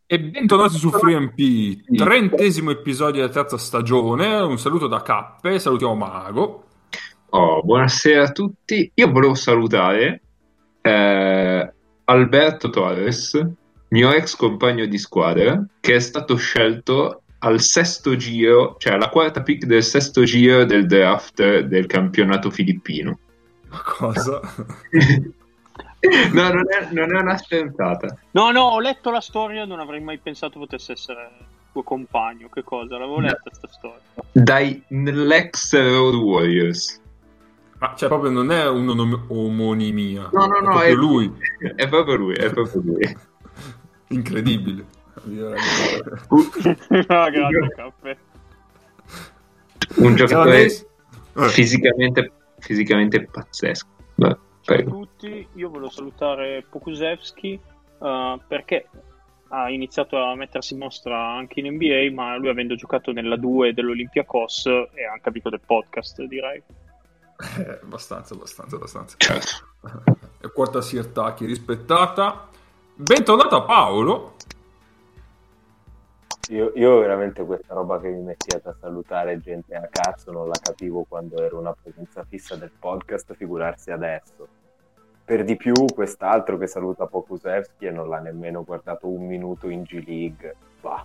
E bentornati su FreeMP, 30° episodio della terza stagione. Un saluto da Cappe, salutiamo Mago. Oh, buonasera a tutti. Io volevo salutare Alberto Torres, mio ex compagno di squadra, che è stato scelto al sesto giro, cioè alla quarta pick del sesto giro del draft del campionato filippino. Ma cosa? No, non è una stentata. No, ho letto la storia, non avrei mai pensato potesse essere tuo compagno. Che cosa? L'avevo letta questa storia. Dai l'ex Road Warriors. Ma cioè proprio non è un'omonimia. No, è proprio lui. È proprio lui. Incredibile. Grazie, Caffè. Un giocatore fisicamente pazzesco. Ciao a tutti, io volevo salutare Pokusevski perché ha iniziato a mettersi in mostra anche in NBA, ma lui avendo giocato nella 2 dell'Olympiakos è anche amico del podcast, direi. Abbastanza. Certo. E quarta Sirtaki rispettata. Bentornato a Paolo. Io veramente questa roba che mi mettiate a salutare gente a cazzo non la capivo quando ero una presenza fissa del podcast, figurarsi adesso. Per di più quest'altro che saluta Pokusevski e non l'ha nemmeno guardato un minuto in G-League. Bah.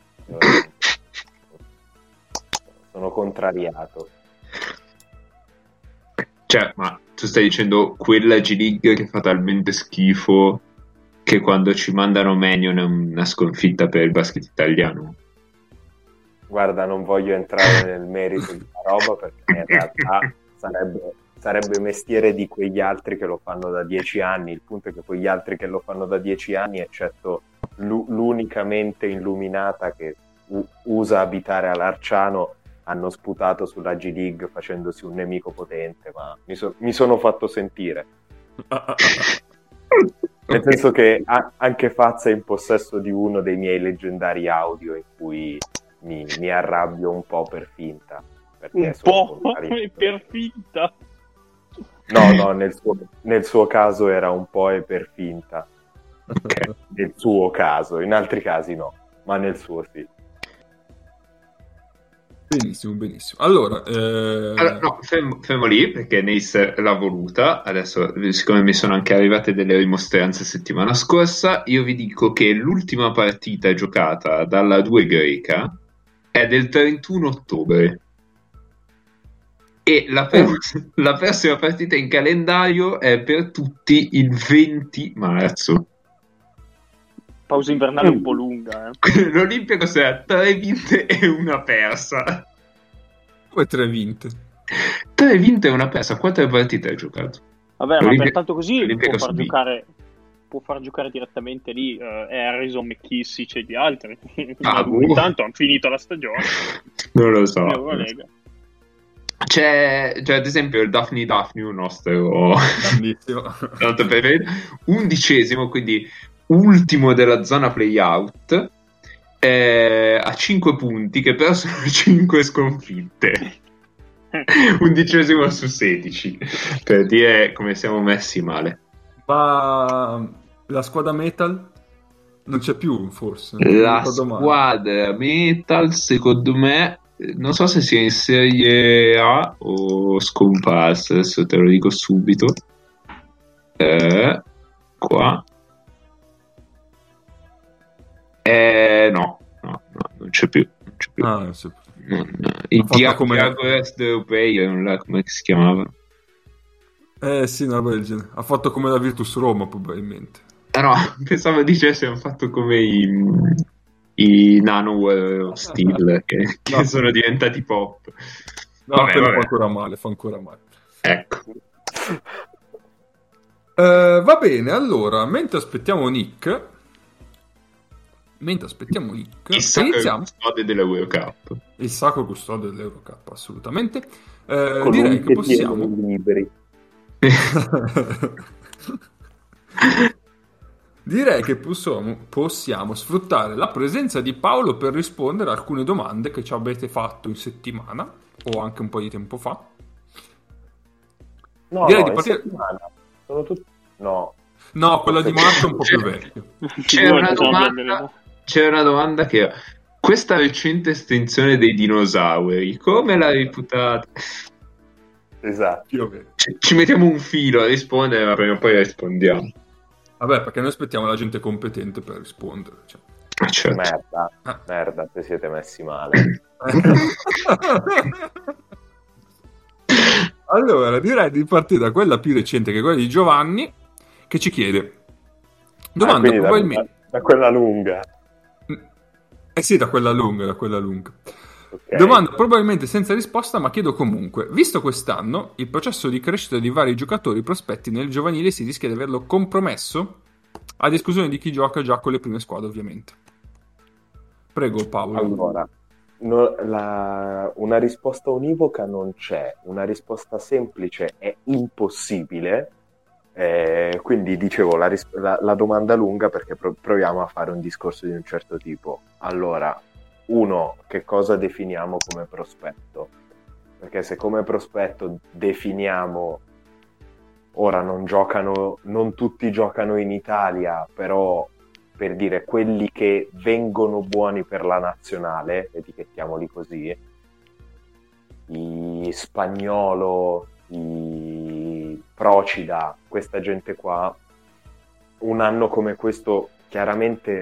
Sono contrariato. Cioè, ma tu stai dicendo quella G-League che fa talmente schifo che quando ci mandano Manion è una sconfitta per il basket italiano? Guarda, non voglio entrare nel merito di questa roba perché in realtà sarebbe mestiere di quegli altri che lo fanno da 10 anni. Il punto è che quegli altri che lo fanno da 10 anni, eccetto l'unicamente illuminata che usa abitare a Larciano, hanno sputato sulla G-League facendosi un nemico potente, ma mi sono fatto sentire. Nel senso che anche Fazza è in possesso di uno dei miei leggendari audio in cui mi arrabbio un po' per finta. Un po' per finta? No, nel suo caso era un po' e per finta. Okay. Nel suo caso, in altri casi no, ma nel suo sì. Benissimo. Allora, no, fermo lì perché Nace l'ha voluta. Adesso, siccome mi sono anche arrivate delle rimostranze settimana scorsa, io vi dico che l'ultima partita giocata dalla 2 greca è del 31 ottobre e la prossima partita in calendario è per tutti il 20 marzo. Pausa invernale un po' lunga. L'Olimpia cos'è? 3 vinte e una persa. Poi 3 vinte. 3 vinte e una persa. Quante partite hai giocato? Vabbè, ma pertanto così può far giocare direttamente lì Harrison, McKissick e gli altri. Intanto hanno finito la stagione. Non lo so. C'è ad esempio il Daphne, un nostro tanto per 11°, quindi ultimo della zona playout, a 5 punti, che però sono 5 sconfitte. 11° su 16, per dire come siamo messi male. Ma la squadra Metal non c'è più, forse? La squadra Metal, secondo me, non so se sia in Serie A o scomparsa, adesso te lo dico subito. Qua. No, non c'è più. Non c'è più. I Diagoras europei, non là, come si chiamavano? Sì, una roba del genere. Ha fatto come la Virtus Roma, probabilmente. No, pensavo dicesse hanno fatto come i Nano Steel che sono diventati pop. No, vabbè. Fa ancora male. Ecco. Va bene, allora, mentre aspettiamo Nick, il sacro custode dell'Eurocup. Il sacro custode dell'Eurocup, assolutamente. Direi che possiamo liberi. Direi che possiamo sfruttare la presenza di Paolo per rispondere a alcune domande che ci avete fatto in settimana o anche un po' di tempo fa. Direi di partire... Sono tutti... No, quella di Marco è un po' più vecchia. C'è una domanda c'è una domanda che... Questa recente estinzione dei dinosauri, come l'ha reputata? Esatto. Più o meno. Ci mettiamo un filo a rispondere, ma prima o poi rispondiamo. Vabbè, perché noi aspettiamo la gente competente per rispondere. Cioè. Certo. Merda, se siete messi male. Allora, direi di partire da quella più recente, che è quella di Giovanni, che ci chiede. Domanda probabilmente... Da quella lunga. Sì, da quella lunga. Okay. Domanda probabilmente senza risposta, ma chiedo comunque. Visto quest'anno, il processo di crescita di vari giocatori prospetti nel giovanile si rischia di averlo compromesso? Ad esclusione di chi gioca già con le prime squadre, ovviamente. Prego, Paolo. Allora, una risposta univoca non c'è, una risposta semplice è impossibile, quindi dicevo la domanda lunga perché proviamo a fare un discorso di un certo tipo. Allora, che cosa definiamo come prospetto? Perché se come prospetto definiamo, ora non tutti giocano in Italia, però per dire quelli che vengono buoni per la nazionale, etichettiamoli così, i Spagnolo, i Procida, questa gente qua, un anno come questo chiaramente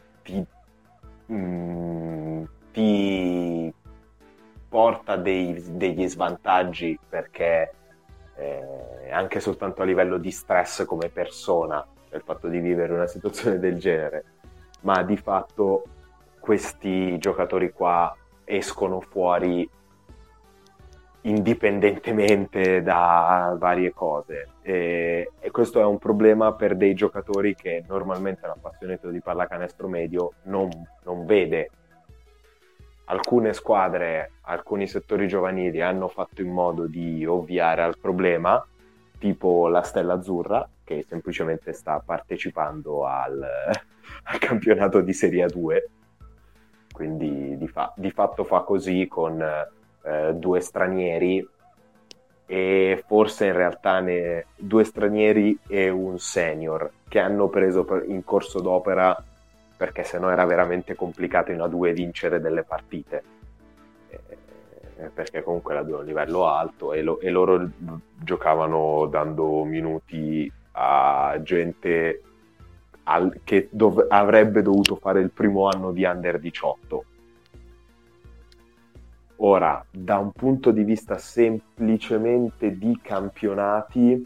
ti porta degli svantaggi, perché anche soltanto a livello di stress come persona, il fatto di vivere una situazione del genere, ma di fatto questi giocatori qua escono fuori indipendentemente da varie cose, e questo è un problema per dei giocatori che normalmente l'appassionato di pallacanestro medio non vede. Alcune squadre, alcuni settori giovanili hanno fatto in modo di ovviare al problema, tipo la Stella Azzurra, che semplicemente sta partecipando al campionato di Serie A2, quindi di fatto fa così con 2 stranieri, e forse in realtà 2 stranieri e un senior che hanno preso in corso d'opera, perché sennò era veramente complicato in A2 vincere delle partite, perché comunque la 2 è un livello alto, e loro giocavano dando minuti a gente che avrebbe dovuto fare il primo anno di Under 18. Ora, da un punto di vista semplicemente di campionati,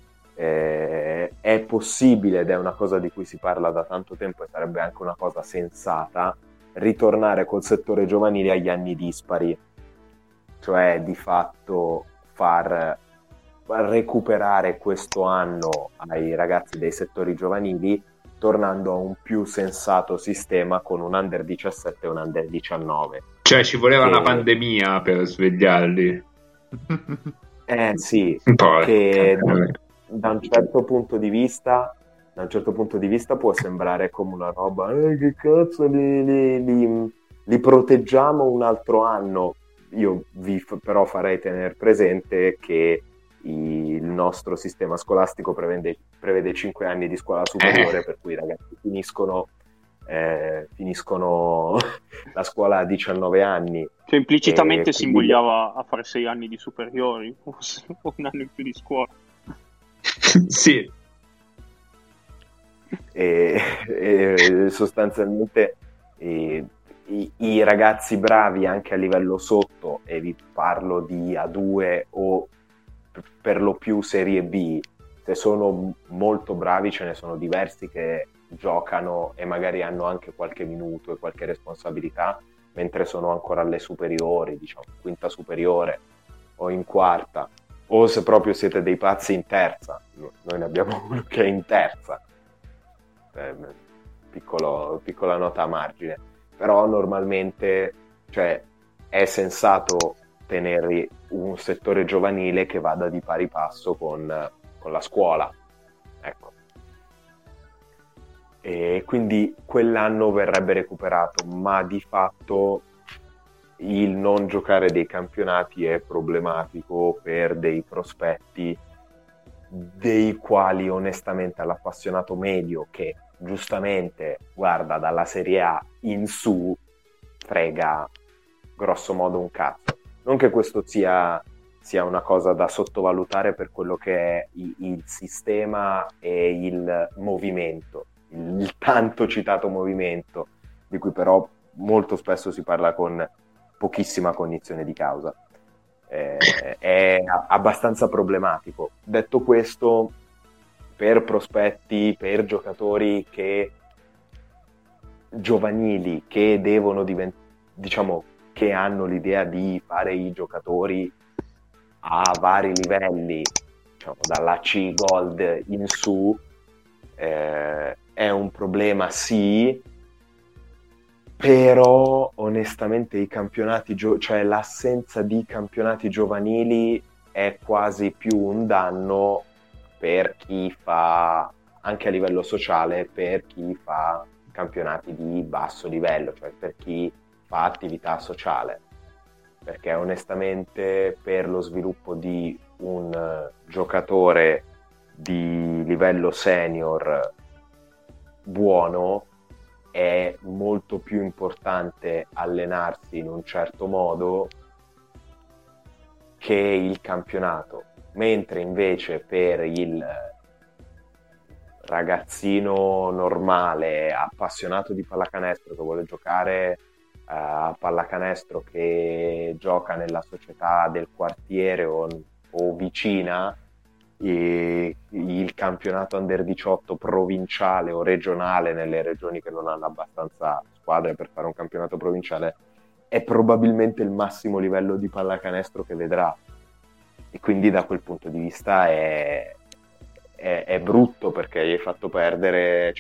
è possibile, ed è una cosa di cui si parla da tanto tempo e sarebbe anche una cosa sensata, ritornare col settore giovanile agli anni dispari, cioè di fatto far recuperare questo anno ai ragazzi dei settori giovanili, tornando a un più sensato sistema con un Under 17 e un Under 19. Cioè ci voleva una pandemia per svegliarli. Sì, che da un certo punto di vista può sembrare come una roba, che cazzo li proteggiamo un altro anno. Io però farei tenere presente che il nostro sistema scolastico prevede 5 anni di scuola superiore, per cui i ragazzi finiscono la scuola a 19 anni. Cioè implicitamente si invogliava a fare 6 anni di superiori, o un anno in più di scuola. Sì. E sostanzialmente i ragazzi bravi anche a livello sotto, e vi parlo di A2 o per lo più Serie B, se sono molto bravi ce ne sono diversi che giocano e magari hanno anche qualche minuto e qualche responsabilità mentre sono ancora alle superiori, diciamo quinta superiore o in quarta, o se proprio siete dei pazzi in terza. Noi ne abbiamo uno che è in terza, piccola nota a margine, però normalmente, cioè, è sensato tenere un settore giovanile che vada di pari passo con la scuola, ecco. E quindi quell'anno verrebbe recuperato, ma di fatto il non giocare dei campionati è problematico per dei prospetti dei quali onestamente all'appassionato medio, che giustamente, guarda, dalla Serie A in su frega grosso modo un cazzo. Non che questo sia una cosa da sottovalutare per quello che è il sistema e il movimento, il tanto citato movimento, di cui però molto spesso si parla con pochissima cognizione di causa. È abbastanza problematico. Detto questo, per prospetti, per giocatori giovanili che devono diciamo che hanno l'idea di fare i giocatori a vari livelli, diciamo dalla C Gold in su, è un problema sì, però onestamente i campionati cioè l'assenza di campionati giovanili è quasi più un danno per chi fa, anche a livello sociale, per chi fa campionati di basso livello, cioè per chi fa attività sociale, perché onestamente per lo sviluppo di un giocatore di livello senior buono è molto più importante allenarsi in un certo modo che il campionato, mentre invece per il ragazzino normale, appassionato di pallacanestro, che vuole giocare a pallacanestro, che gioca nella società del quartiere o vicina, il campionato under 18 provinciale o regionale nelle regioni che non hanno abbastanza squadre per fare un campionato provinciale è probabilmente il massimo livello di pallacanestro che vedrà, e quindi da quel punto di vista è brutto, perché gli hai fatto perdere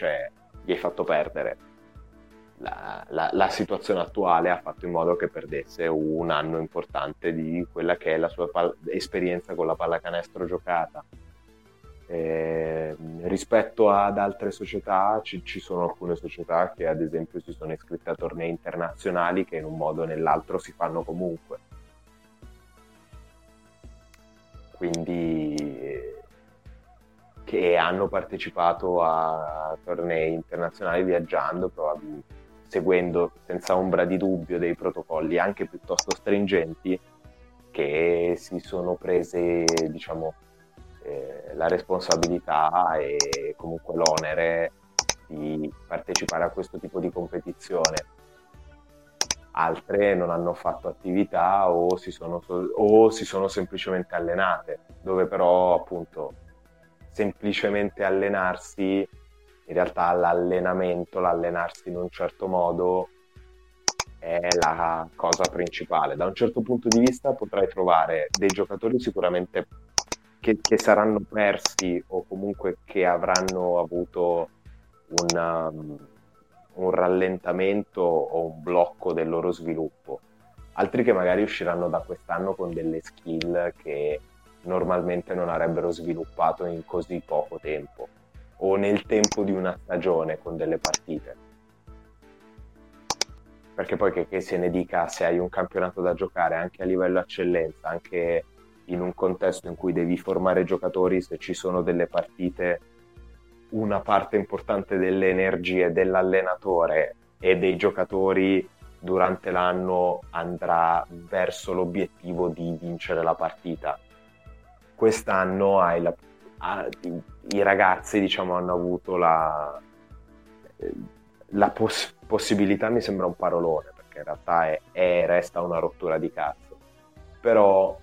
la situazione attuale, ha fatto in modo che perdesse un anno importante di quella che è la sua esperienza con la pallacanestro giocata. Rispetto ad altre società ci sono alcune società che ad esempio si sono iscritte a tornei internazionali che in un modo o nell'altro si fanno comunque, quindi che hanno partecipato a tornei internazionali viaggiando, probabilmente seguendo senza ombra di dubbio dei protocolli anche piuttosto stringenti, che si sono prese, diciamo, la responsabilità e comunque l'onere di partecipare a questo tipo di competizione. Altre non hanno fatto attività o si sono semplicemente allenate, dove però appunto semplicemente allenarsi, in realtà l'allenarsi in un certo modo è la cosa principale. Da un certo punto di vista potrai trovare dei giocatori sicuramente che saranno persi o comunque che avranno avuto un rallentamento o un blocco del loro sviluppo, altri che magari usciranno da quest'anno con delle skill che normalmente non avrebbero sviluppato in così poco tempo o nel tempo di una stagione con delle partite, perché poi che se ne dica, se hai un campionato da giocare anche a livello eccellenza, anche in un contesto in cui devi formare giocatori, se ci sono delle partite, una parte importante delle energie dell'allenatore e dei giocatori durante l'anno andrà verso l'obiettivo di vincere la partita. Quest'anno i ragazzi, diciamo, hanno avuto la possibilità, mi sembra un parolone, perché in realtà resta una rottura di cazzo, però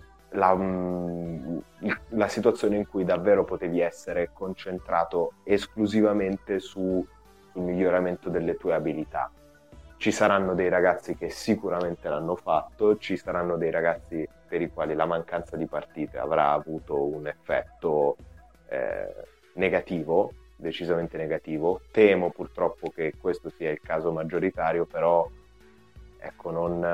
la situazione in cui davvero potevi essere concentrato esclusivamente sul miglioramento delle tue abilità. Ci saranno dei ragazzi che sicuramente l'hanno fatto, ci saranno dei ragazzi per i quali la mancanza di partite avrà avuto un effetto negativo, decisamente negativo. Temo purtroppo che questo sia il caso maggioritario, però ecco,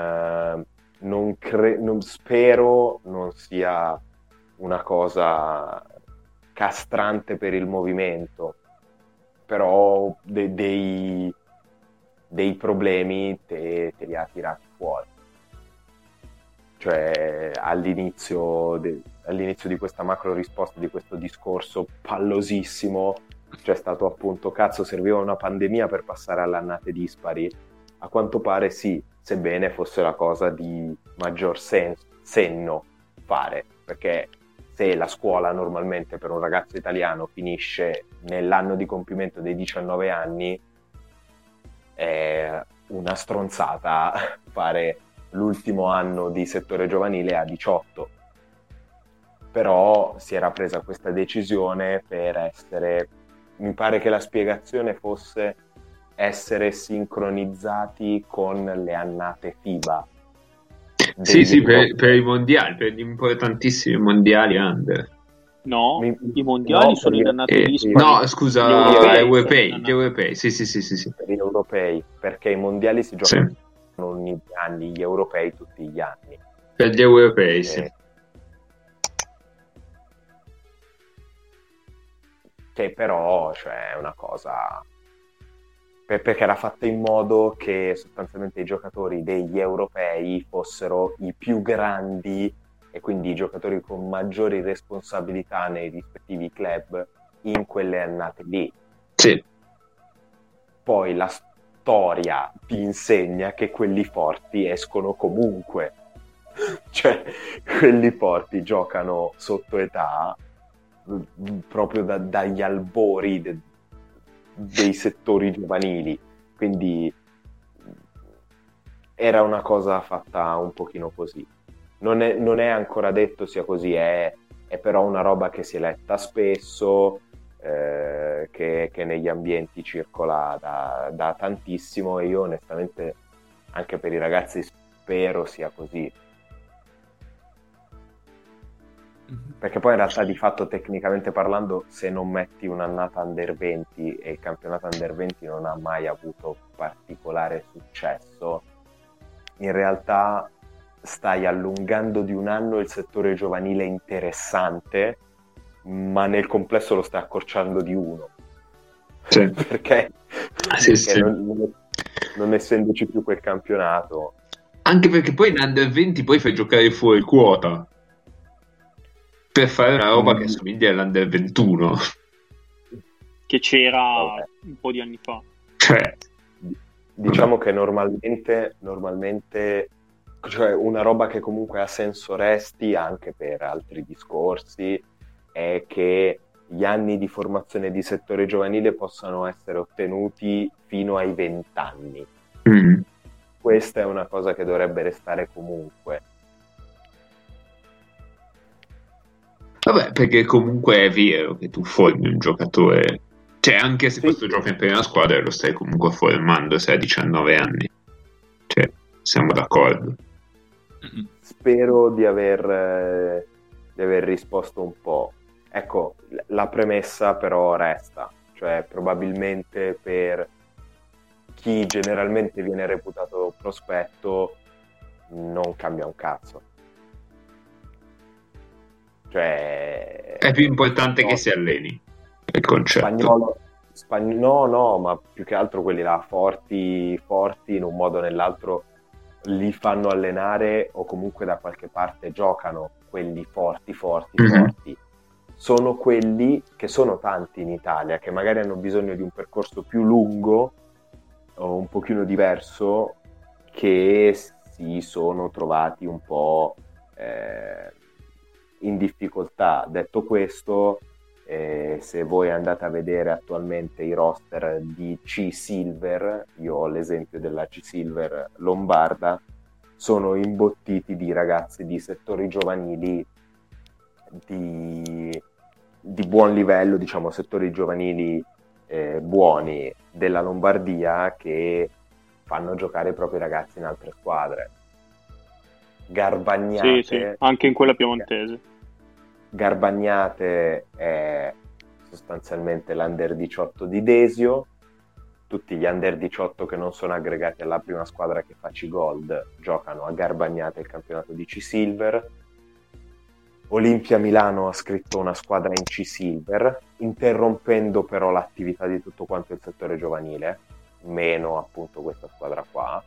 non spero non sia una cosa castrante per il movimento, però dei problemi te li ha tirati fuori. Cioè all'inizio di questa macro risposta, di questo discorso pallosissimo, c'è stato appunto, cazzo, serviva una pandemia per passare alle annate dispari. A quanto pare sì, sebbene fosse la cosa di maggior senno fare, perché se la scuola normalmente per un ragazzo italiano finisce nell'anno di compimento dei 19 anni, è una stronzata fare l'ultimo anno di settore giovanile a 18. Però si era presa questa decisione per essere, mi pare che la spiegazione fosse essere sincronizzati con le annate FIBA. Sì, per i mondiali, per gli importantissimi mondiali under. No, i mondiali sono in annate dispari. No, scusa, gli europei. Sì. Per gli europei, perché i mondiali si giocano ogni anni, gli europei tutti gli anni. Per gli europei, sì. Che però, cioè, è una cosa... perché era fatta in modo che sostanzialmente i giocatori degli europei fossero i più grandi e quindi i giocatori con maggiori responsabilità nei rispettivi club in quelle annate lì. Sì. Poi la storia ti insegna che quelli forti escono comunque. Cioè, quelli forti giocano sotto età proprio dagli albori dei settori giovanili, quindi era una cosa fatta un pochino così. Non è ancora detto sia così, è però una roba che si è letta spesso, che negli ambienti circola da tantissimo, e io onestamente anche per i ragazzi spero sia così. Perché poi in realtà di fatto tecnicamente parlando, se non metti un'annata under 20 e il campionato under 20 non ha mai avuto particolare successo, in realtà stai allungando di un anno il settore giovanile interessante, ma nel complesso lo stai accorciando di uno. Sì. Perché non essendoci più quel campionato. Anche perché poi in under 20 poi fai giocare fuori quota per fare una roba che assomiglia all'Under 21 che c'era un po' di anni fa. Diciamo che normalmente cioè una roba che comunque ha senso resti anche per altri discorsi è che gli anni di formazione di settore giovanile possano essere ottenuti fino ai 20 anni. Questa è una cosa che dovrebbe restare comunque. Vabbè, perché comunque è vero che tu formi un giocatore, cioè anche se questo gioca in prima squadra lo stai comunque formando se hai 19 anni, cioè siamo d'accordo. Spero di aver risposto un po'. Ecco, la premessa però resta, cioè probabilmente per chi generalmente viene reputato prospetto non cambia un cazzo. Cioè, è più importante che si alleni, il concetto. No, ma più che altro quelli là forti in un modo o nell'altro li fanno allenare o comunque da qualche parte giocano. Quelli forti sono quelli che sono tanti in Italia, che magari hanno bisogno di un percorso più lungo o un pochino diverso, che si sono trovati un po' in difficoltà. Detto questo, se voi andate a vedere attualmente i roster di C-Silver, io ho l'esempio della C-Silver lombarda, sono imbottiti di ragazzi di settori giovanili di buon livello, diciamo settori giovanili buoni della Lombardia, che fanno giocare i propri ragazzi in altre squadre. Garbagnate, sì, anche in quella piemontese. Garbagnate è sostanzialmente l'Under 18 di Desio. Tutti gli Under 18 che non sono aggregati alla prima squadra che fa C-Gold giocano a Garbagnate il campionato di C-Silver. Olimpia Milano ha scritto una squadra in C-Silver, interrompendo però l'attività di tutto quanto il settore giovanile, meno appunto questa squadra qua.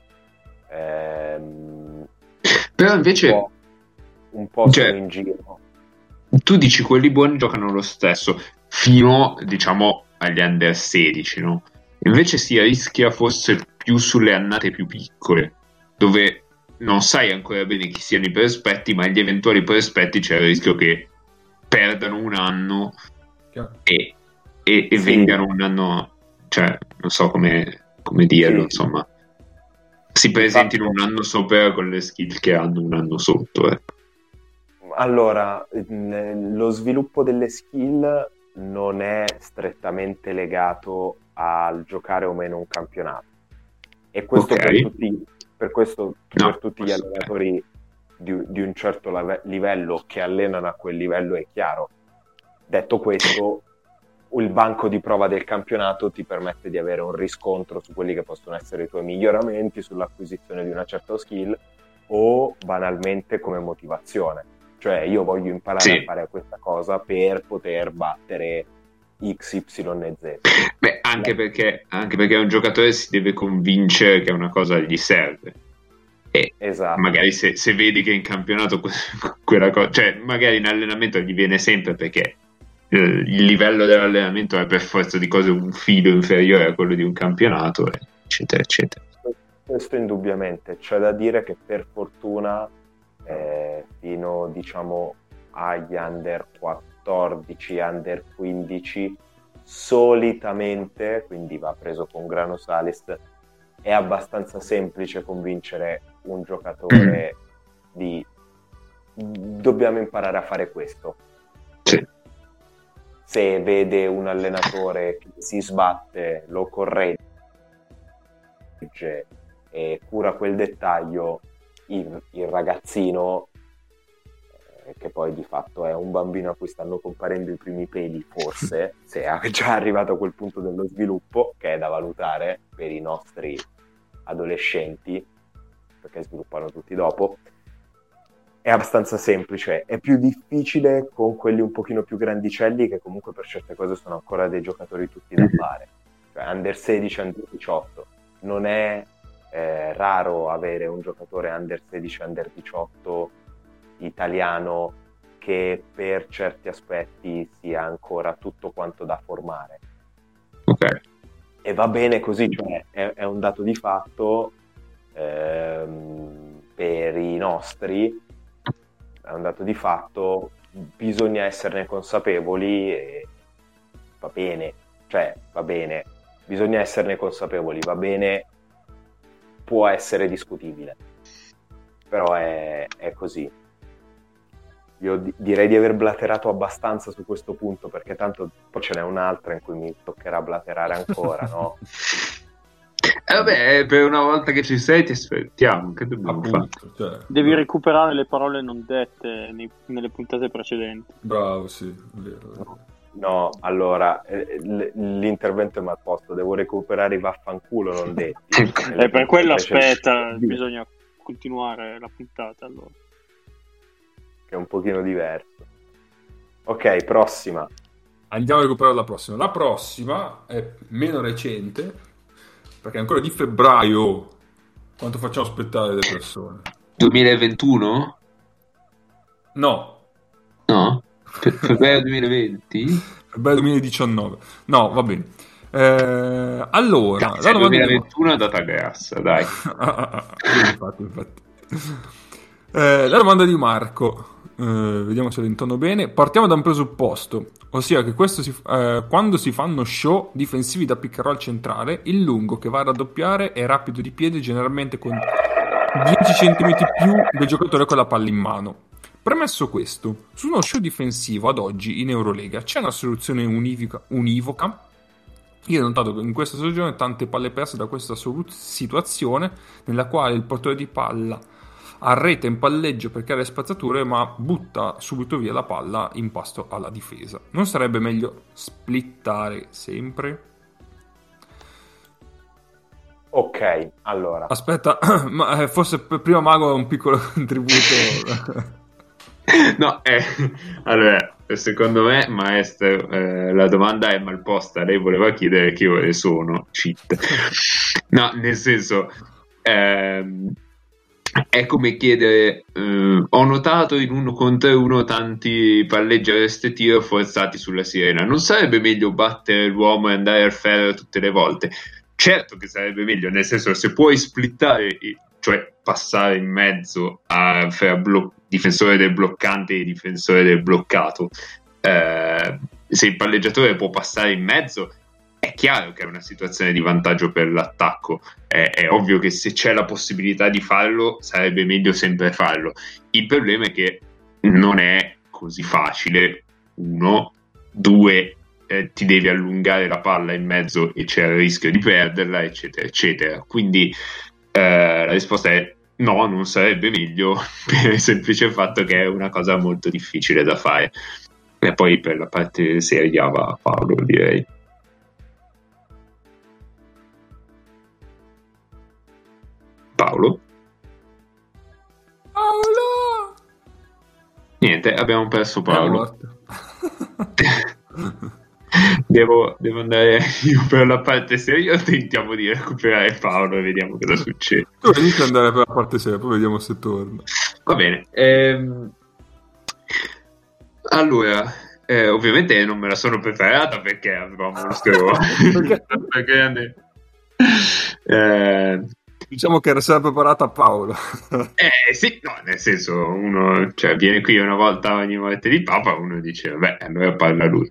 Però invece un po' sono in giro. Tu dici quelli buoni giocano lo stesso fino, diciamo, agli under 16, no? Invece si rischia forse più sulle annate più piccole, dove non sai ancora bene chi siano i prospetti, ma gli eventuali prospetti c'è il rischio che perdano un anno e Sì. vengano un anno, cioè non so come dirlo, Sì. insomma, si presentino un anno sopra con le skill che hanno un anno sotto. Allora, lo sviluppo delle skill non è strettamente legato al giocare o meno un campionato, e questo Ok. per tutti gli questo allenatori di un certo livello che allenano a quel livello è chiaro. Detto questo, il banco di prova del campionato ti permette di avere un riscontro su quelli che possono essere i tuoi miglioramenti sull'acquisizione di una certa skill, o banalmente come motivazione. Cioè, io voglio imparare a fare questa cosa per poter battere X, Y e Z. Beh, anche perché un giocatore si deve convincere che una cosa gli serve. E Esatto. magari se vedi che in campionato quella cosa, cioè magari in allenamento gli viene sempre perché il livello dell'allenamento è per forza di cose un filo inferiore a quello di un campionato, eccetera, eccetera. Questo indubbiamente. C'è da dire che per fortuna fino, diciamo, agli under 14, under 15, solitamente, quindi va preso con grano salis, è abbastanza semplice convincere un giocatore di dobbiamo imparare a fare questo. Sì. Se vede un allenatore che si sbatte, lo corregge e cura quel dettaglio, il ragazzino, che poi di fatto è un bambino a cui stanno comparendo i primi peli, forse, se è già arrivato a quel punto dello sviluppo, che è da valutare per i nostri adolescenti, perché sviluppano tutti dopo, è abbastanza semplice. È più difficile con quelli un pochino più grandicelli, che comunque per certe cose sono ancora dei giocatori tutti da fare, cioè under 16, under 18. Non è raro avere un giocatore under 16, under 18 italiano che per certi aspetti sia ancora tutto quanto da formare. Ok. E va bene così, cioè è un dato di fatto per i nostri, è un dato di fatto, bisogna esserne consapevoli e va bene, bisogna esserne consapevoli, va bene, può essere discutibile, però è così. Io direi di aver blaterato abbastanza su questo punto, perché tanto poi ce n'è un'altra in cui mi toccherà blaterare ancora, no? Vabbè, per una volta che ci sei ti aspettiamo, che dobbiamo fare? Cioè, Devi recuperare le parole non dette nelle puntate precedenti. bravo, sì, vero. No, allora, l'intervento è mal posto, devo recuperare i vaffanculo non detti. Per quello aspetta, bisogna continuare la puntata allora. Che è un pochino diverso. Ok, prossima. Andiamo a recuperare la prossima. La prossima è meno recente, perché è ancora di febbraio. Quanto facciamo aspettare le persone? 2021? No. No? Febbraio 2020? Febbraio 2019. No, va bene. Allora, Cazzo, 2021 è data grassa, dai. infatti. La domanda di Marco, vediamo se lo intono bene. Partiamo da un presupposto, ossia che quando si fanno show difensivi da pick and roll centrale, il lungo che va a raddoppiare è rapido di piede, generalmente con 10 cm più del giocatore con la palla in mano. Premesso questo, su uno show difensivo ad oggi in Eurolega c'è una soluzione univoca? Io ho notato che in questa stagione tante palle perse da questa situazione, nella quale il portatore di palla arreta in palleggio per creare spazzature, ma butta subito via la palla in pasto alla difesa. Non sarebbe meglio splittare sempre? Ok, allora. Aspetta, ma forse prima Mago ha un piccolo contributo. No, allora, secondo me, maestro, la domanda è mal posta. Lei voleva chiedere che ore sono, cheat. No, nel senso, è come chiedere, ho notato in 1 contro 1 tanti palleggi a tiro forzati sulla sirena, non sarebbe meglio battere l'uomo e andare al ferro tutte le volte? Certo che sarebbe meglio, nel senso, se puoi splittare, cioè passare in mezzo fra difensore del bloccante e difensore del bloccato, se il palleggiatore può passare in mezzo, è chiaro che è una situazione di vantaggio per l'attacco. È ovvio che se c'è la possibilità di farlo sarebbe meglio sempre farlo. Il problema è che non è così facile. 1, 2, ti devi allungare la palla in mezzo e c'è il rischio di perderla, eccetera eccetera. Quindi la risposta è no, non sarebbe meglio, per il semplice fatto che è una cosa molto difficile da fare. E poi per la parte seria va Paolo, direi. Paolo? Niente, abbiamo perso Paolo. Devo andare io per la parte seria, tentiamo di recuperare Paolo e vediamo cosa succede. Tu inizia ad andare per la parte seria, poi vediamo se torna. Va bene. Allora, ovviamente non me la sono preparata perché avevamo questo grande... Diciamo che era sempre preparata a Paolo. Sì, no, nel senso, uno viene qui una volta ogni martedì Papa, uno dice, vabbè, allora parla lui.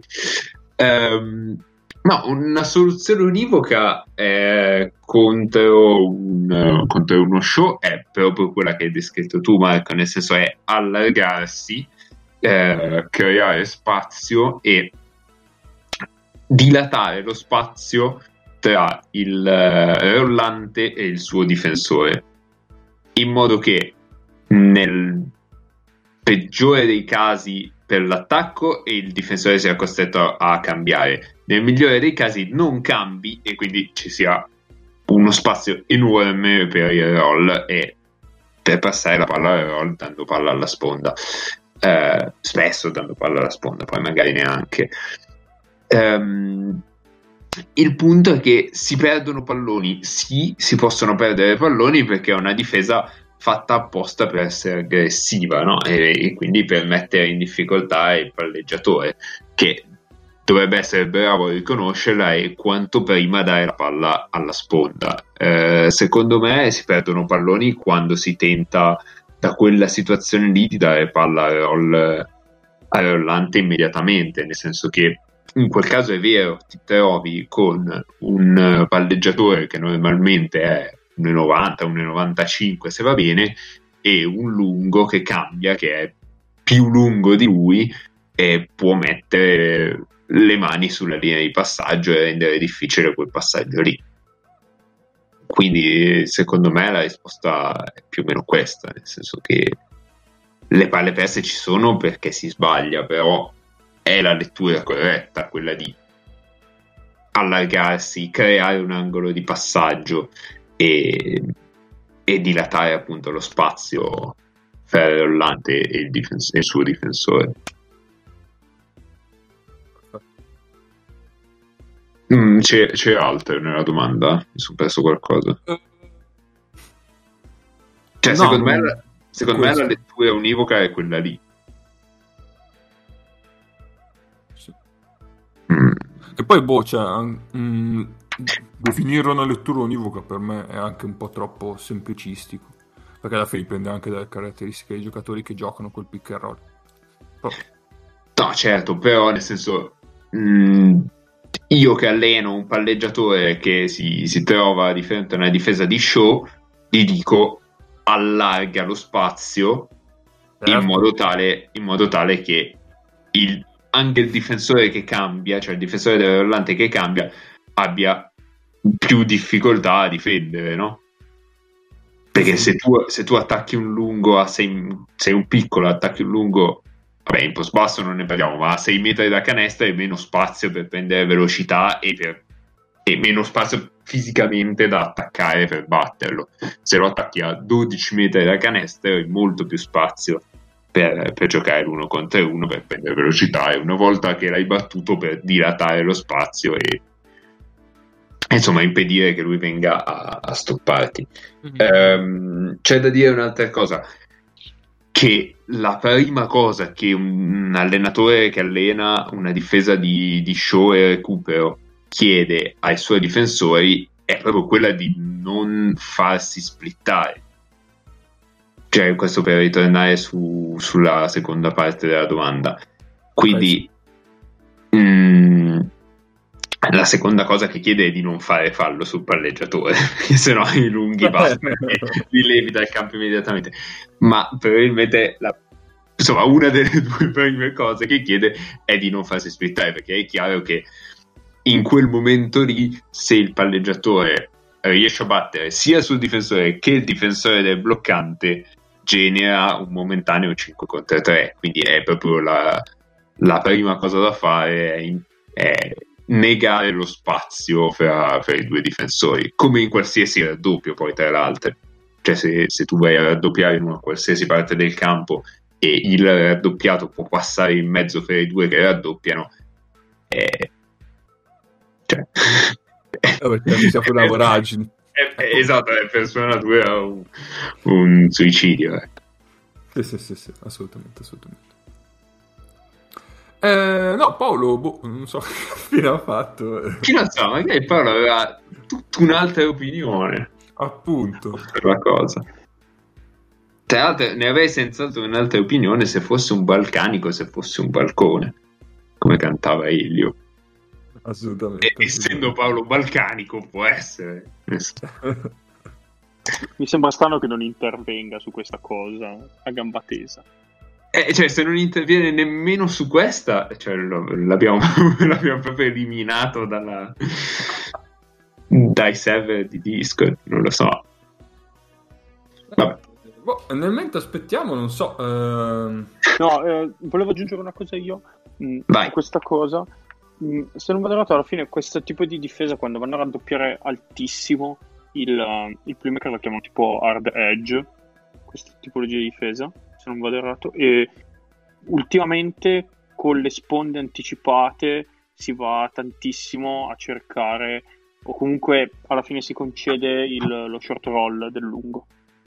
No, una soluzione univoca contro uno show è proprio quella che hai descritto tu, Marco, nel senso è allargarsi, creare spazio e dilatare lo spazio tra il rollante e il suo difensore, in modo che nel peggiore dei casi per l'attacco il difensore sia costretto a cambiare, nel migliore dei casi non cambi e quindi ci sia uno spazio enorme per il roll e per passare la palla al roll dando palla alla sponda, spesso dando palla alla sponda, poi magari neanche. Il punto è che si perdono palloni, sì, si possono perdere palloni perché è una difesa fatta apposta per essere aggressiva, no? E quindi per mettere in difficoltà il palleggiatore, che dovrebbe essere bravo a riconoscerla e quanto prima dare la palla alla sponda. Secondo me si perdono palloni quando si tenta da quella situazione lì di dare palla al rollante immediatamente, nel senso che in quel caso è vero, ti trovi con un palleggiatore che normalmente è 1,90, 1,95 se va bene, e un lungo che cambia, che è più lungo di lui e può mettere le mani sulla linea di passaggio e rendere difficile quel passaggio lì. Quindi secondo me la risposta è più o meno questa, nel senso che le palle perse ci sono perché si sbaglia, però è la lettura corretta quella di allargarsi, creare un angolo di passaggio e dilatare appunto lo spazio fra il rollante e il suo difensore. C'è altro nella domanda? Mi sono perso qualcosa. Cioè, no, secondo me la lettura univoca è quella lì. E poi definire una lettura univoca per me è anche un po' troppo semplicistico, perché alla fine dipende anche dalle caratteristiche dei giocatori che giocano col pick and roll. No, certo, però nel senso io che alleno un palleggiatore che si trova di fronte a una difesa di show, gli dico allarga lo spazio, certo, in modo tale che anche il difensore che cambia, cioè il difensore del rollante che cambia, abbia più difficoltà a difendere, no? Perché se tu attacchi un lungo sei un piccolo, attacchi un lungo, vabbè, in post basso non ne parliamo, ma a 6 metri da canestro hai meno spazio per prendere velocità e meno spazio fisicamente da attaccare per batterlo. Se lo attacchi a 12 metri da canestro hai molto più spazio per giocare l'1 contro 1, per prendere velocità, e una volta che l'hai battuto per dilatare lo spazio insomma impedire che lui venga a stopparti. Mm-hmm. C'è da dire un'altra cosa, che la prima cosa che un allenatore che allena una difesa di show e recupero chiede ai suoi difensori è proprio quella di non farsi splittare. Cioè, questo per ritornare sulla seconda parte della domanda. Quindi la seconda cosa che chiede è di non fare fallo sul palleggiatore, perché sennò i lunghi basta li levi dal campo immediatamente. Ma probabilmente insomma, una delle due prime cose che chiede è di non farsi splittare, perché è chiaro che in quel momento lì, se il palleggiatore riesce a battere sia sul difensore che il difensore del bloccante, genera un momentaneo 5 contro 3. Quindi è proprio la prima cosa da fare è negare lo spazio fra i due difensori, come in qualsiasi raddoppio poi tra l'altro. Cioè se tu vai a raddoppiare in una qualsiasi parte del campo e il raddoppiato può passare in mezzo fra i due che raddoppiano, perché siamo una voragine. Esatto, è per sua natura un suicidio. Sì, assolutamente. No, Paolo, non so che fine ha fatto. Chi lo sa, magari Paolo aveva tutta un'altra opinione. Appunto. Per la cosa. Tra l'altro ne avrei senz'altro un'altra opinione se fosse un balcanico, se fosse un balcone, come cantava Elio. Assolutamente. Essendo Paolo balcanico può essere. Mi sembra strano che non intervenga su questa cosa a gamba tesa. Cioè, se non interviene nemmeno su questa, cioè, l'abbiamo proprio eliminato dai server di Discord, non lo so. Vabbè. Nel mentre aspettiamo, non so. No, volevo aggiungere una cosa io. Vai. Questa cosa. Se non vado errato, alla fine questo tipo di difesa, quando vanno a raddoppiare altissimo il playmaker, lo chiamano tipo hard edge, questa tipologia di difesa, se non vado errato, e ultimamente con le sponde anticipate si va tantissimo a cercare, o comunque alla fine si concede lo short roll del lungo,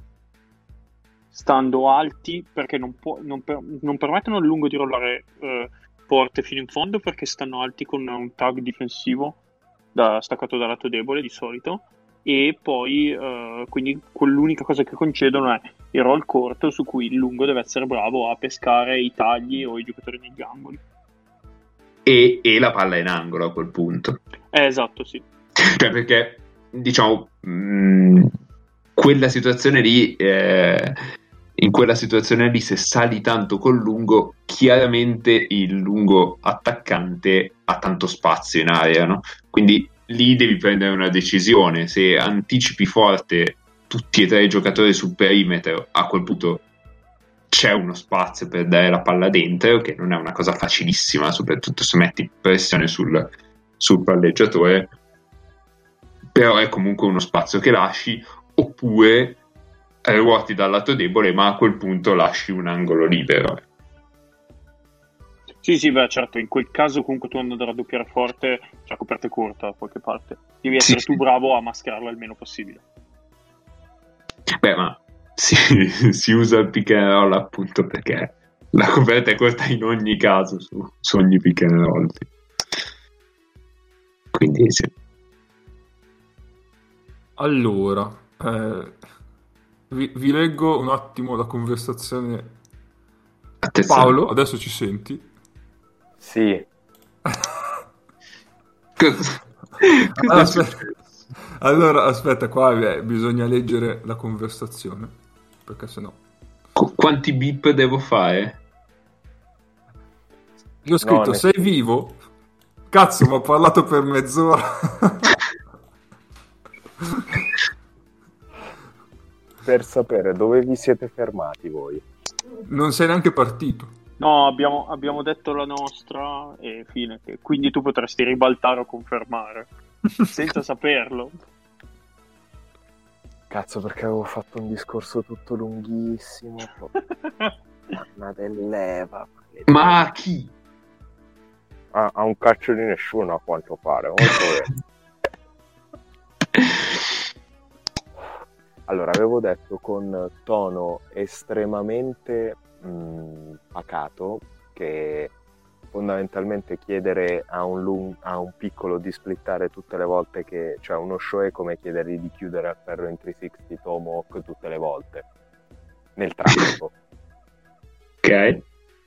stando alti, perché non permettono al lungo di rollare forte fino in fondo, perché stanno alti con un tag difensivo staccato dal lato debole di solito, e poi quindi l'unica cosa che concedono è il roll corto, su cui il lungo deve essere bravo a pescare i tagli o i giocatori negli angoli e la palla in angolo a quel punto. Esatto, sì. Cioè, perché diciamo quella situazione lì in quella situazione lì, se sali tanto col lungo, chiaramente il lungo attaccante ha tanto spazio in area, no? Quindi lì devi prendere una decisione. Se anticipi forte tutti e tre i giocatori sul perimetro, a quel punto c'è uno spazio per dare la palla dentro, che non è una cosa facilissima, soprattutto se metti pressione sul palleggiatore, però è comunque uno spazio che lasci, oppure ruoti dal lato debole, ma a quel punto lasci un angolo libero. Sì, beh, certo, in quel caso comunque tu andando a raddoppiare forte, c'è coperta corta da qualche parte. Devi essere tu bravo a mascherarla il meno possibile. Beh, ma si usa il pick and roll appunto perché la coperta è corta in ogni caso su ogni pick and roll. Quindi sì. Allora, vi leggo un attimo la conversazione. Attenzione. Paolo, adesso ci senti? Sì. Allora, aspetta, qua bisogna leggere la conversazione, perché sennò... Quanti beep devo fare? Io ho scritto, sei vivo? Cazzo, mi ha parlato per mezz'ora. Per sapere dove vi siete fermati voi. Non sei neanche partito. No, abbiamo detto la nostra e fine. Quindi tu potresti ribaltare o confermare senza saperlo. Cazzo, perché avevo fatto un discorso tutto lunghissimo. Mamma dell'Eva. Ma a chi? A un caccio di nessuno, a quanto pare. Allora, avevo detto con tono estremamente pacato che fondamentalmente chiedere a un piccolo di splittare tutte le volte che cioè uno show è come chiedergli di chiudere al ferro in 360 Tomahawk tutte le volte nel traffico. Ok.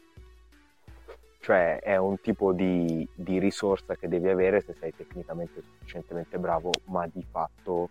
Cioè è un tipo di risorsa che devi avere se sei tecnicamente sufficientemente bravo, ma di fatto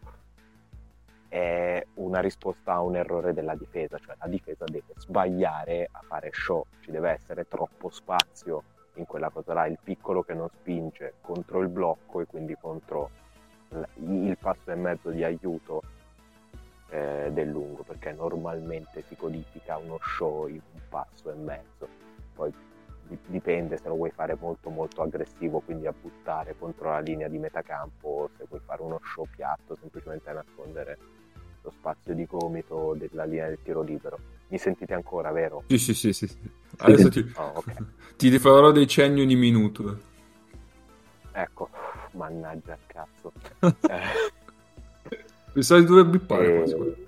è una risposta a un errore della difesa, cioè la difesa deve sbagliare a fare show, ci deve essere troppo spazio in quella cosa là, il piccolo che non spinge contro il blocco e quindi contro il passo e mezzo di aiuto del lungo, perché normalmente si codifica uno show in un passo e mezzo, poi dipende se lo vuoi fare molto molto aggressivo, quindi a buttare contro la linea di metacampo, o se vuoi fare uno show piatto, semplicemente a nascondere lo spazio di gomito della linea del tiro libero. Mi sentite ancora, vero? Sì. Adesso okay. ti rifarò dei cenni ogni minuto. Ecco, mannaggia il cazzo. Pensavo di dover bippare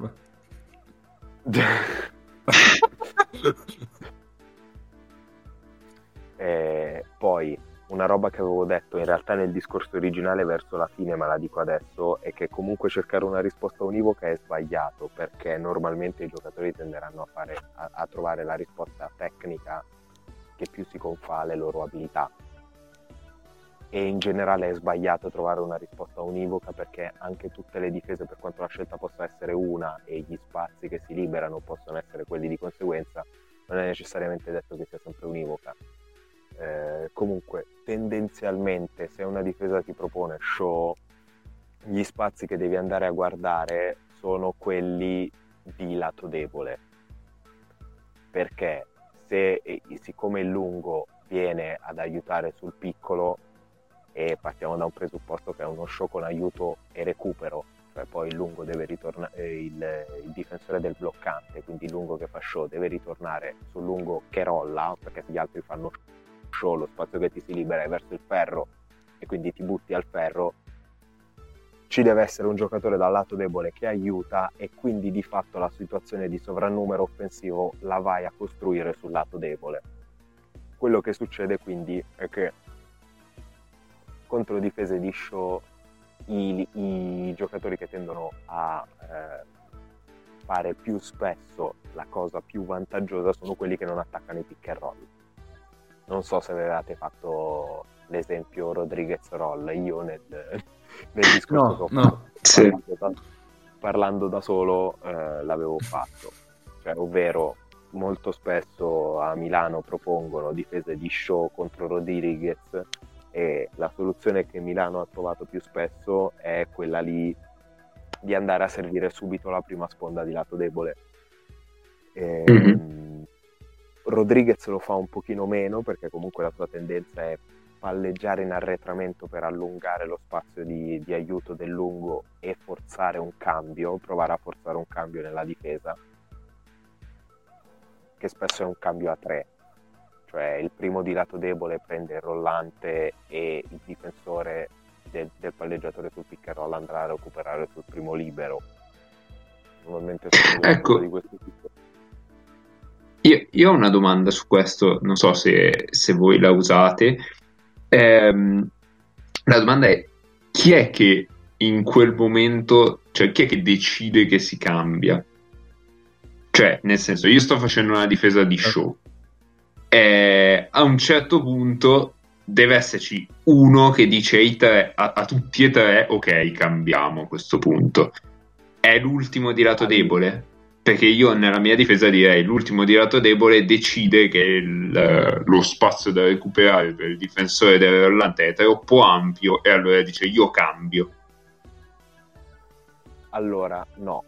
poi una roba che avevo detto in realtà nel discorso originale verso la fine, ma la dico adesso, è che comunque cercare una risposta univoca è sbagliato, perché normalmente i giocatori tenderanno a trovare la risposta tecnica che più si confà alle loro abilità, e in generale è sbagliato trovare una risposta univoca, perché anche tutte le difese, per quanto la scelta possa essere una e gli spazi che si liberano possono essere quelli di conseguenza, non è necessariamente detto che sia sempre univoca. Comunque tendenzialmente se una difesa ti propone show, gli spazi che devi andare a guardare sono quelli di lato debole, perché siccome il lungo viene ad aiutare sul piccolo, e partiamo da un presupposto che è uno show con aiuto e recupero, cioè poi il lungo deve ritornare, il difensore del bloccante, quindi il lungo che fa show deve ritornare sul lungo che rolla, perché se gli altri fanno show lo spazio che ti si libera è verso il ferro e quindi ti butti al ferro, ci deve essere un giocatore dal lato debole che aiuta, e quindi di fatto la situazione di sovrannumero offensivo la vai a costruire sul lato debole. Quello che succede quindi è che contro difese di show i giocatori che tendono a fare più spesso la cosa più vantaggiosa sono quelli che non attaccano i pick and roll. Non so se avevate fatto l'esempio Rodriguez roll, io nel discorso che ho fatto Sì. parlando da solo l'avevo fatto, cioè, ovvero molto spesso a Milano propongono difese di show contro Rodriguez, e la soluzione che Milano ha trovato più spesso è quella lì di andare a servire subito la prima sponda di lato debole. Rodriguez lo fa un pochino meno, perché comunque la sua tendenza è palleggiare in arretramento per allungare lo spazio di aiuto del lungo e forzare un cambio, provare a forzare un cambio nella difesa, che spesso è un cambio a 3, cioè il primo di lato debole prende il rollante e il difensore del palleggiatore sul pick and roll andrà a recuperare sul primo libero. Normalmente sono di questo tipo. Io ho una domanda su questo, non so se voi la usate. La domanda è: chi è che in quel momento, cioè chi è che decide che si cambia? Cioè, nel senso, io sto facendo una difesa di show, a un certo punto deve esserci uno che dice ai tre, a tutti e tre, ok, cambiamo a questo punto. È l'ultimo di lato debole? Perché io nella mia difesa direi l'ultimo di lato debole decide che lo spazio da recuperare per il difensore del rollante è troppo ampio, e allora dice io cambio. Allora, no,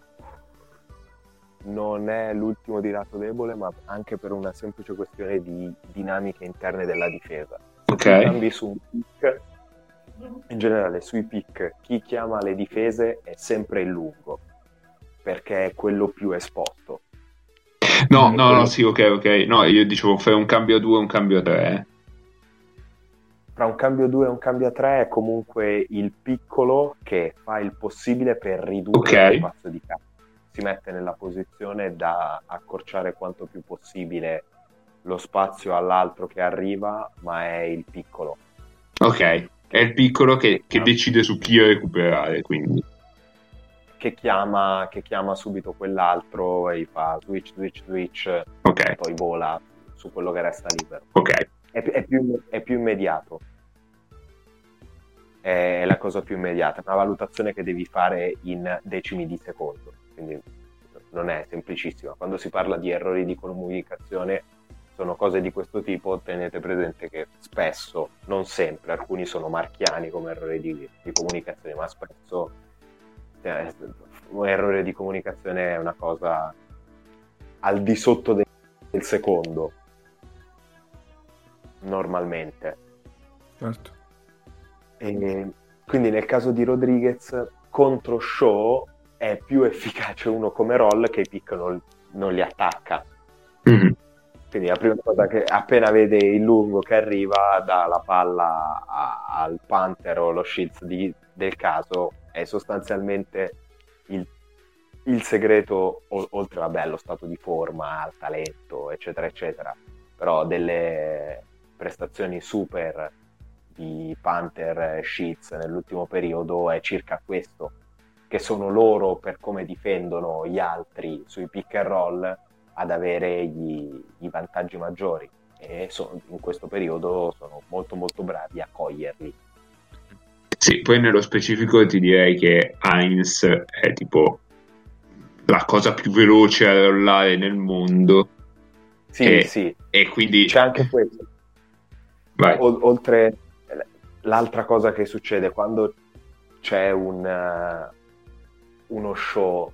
non è l'ultimo di lato debole, ma anche per una semplice questione di dinamiche interne della difesa. Se tu cambi su un pick, in generale sui pick chi chiama le difese è sempre il lungo, perché è quello più esposto. No, sì, ok. No, io dicevo fare un cambio a 2 e un cambio a 3. Fra un cambio 2 e un cambio a 3 è comunque il piccolo che fa il possibile per ridurre lo spazio di cambio. si mette nella posizione da accorciare quanto più possibile lo spazio all'altro che arriva, ma è il piccolo. Ok, è il piccolo che decide su chi recuperare, quindi. Che chiama subito quell'altro e gli fa switch, Ok. e poi vola su quello che resta libero. Ok. È più immediato. È la cosa più immediata, è una valutazione che devi fare in decimi di secondo, quindi non è semplicissima. Quando si parla di errori di comunicazione, sono cose di questo tipo, tenete presente che spesso, non sempre, alcuni sono marchiani come errori di comunicazione, ma spesso un errore di comunicazione è una cosa al di sotto del secondo, normalmente. Certo. E quindi nel caso di Rodriguez contro Shaw è più efficace uno come Roll che i pick non li attacca. Mm-hmm. Quindi la prima cosa che appena vede il lungo che arriva dà la palla al Panther o lo Shields del caso, è sostanzialmente il segreto, oltre allo stato di forma, al talento, eccetera eccetera, però delle prestazioni super di Panther e Sheets nell'ultimo periodo è circa questo, che sono loro, per come difendono gli altri sui pick and roll, ad avere i vantaggi maggiori, e in questo periodo sono molto molto bravi a coglierli. Sì, poi nello specifico ti direi che Heinz è tipo la cosa più veloce a rollare nel mondo. Sì. E quindi c'è anche questo. Vai. Oltre l'altra cosa che succede quando c'è uno show,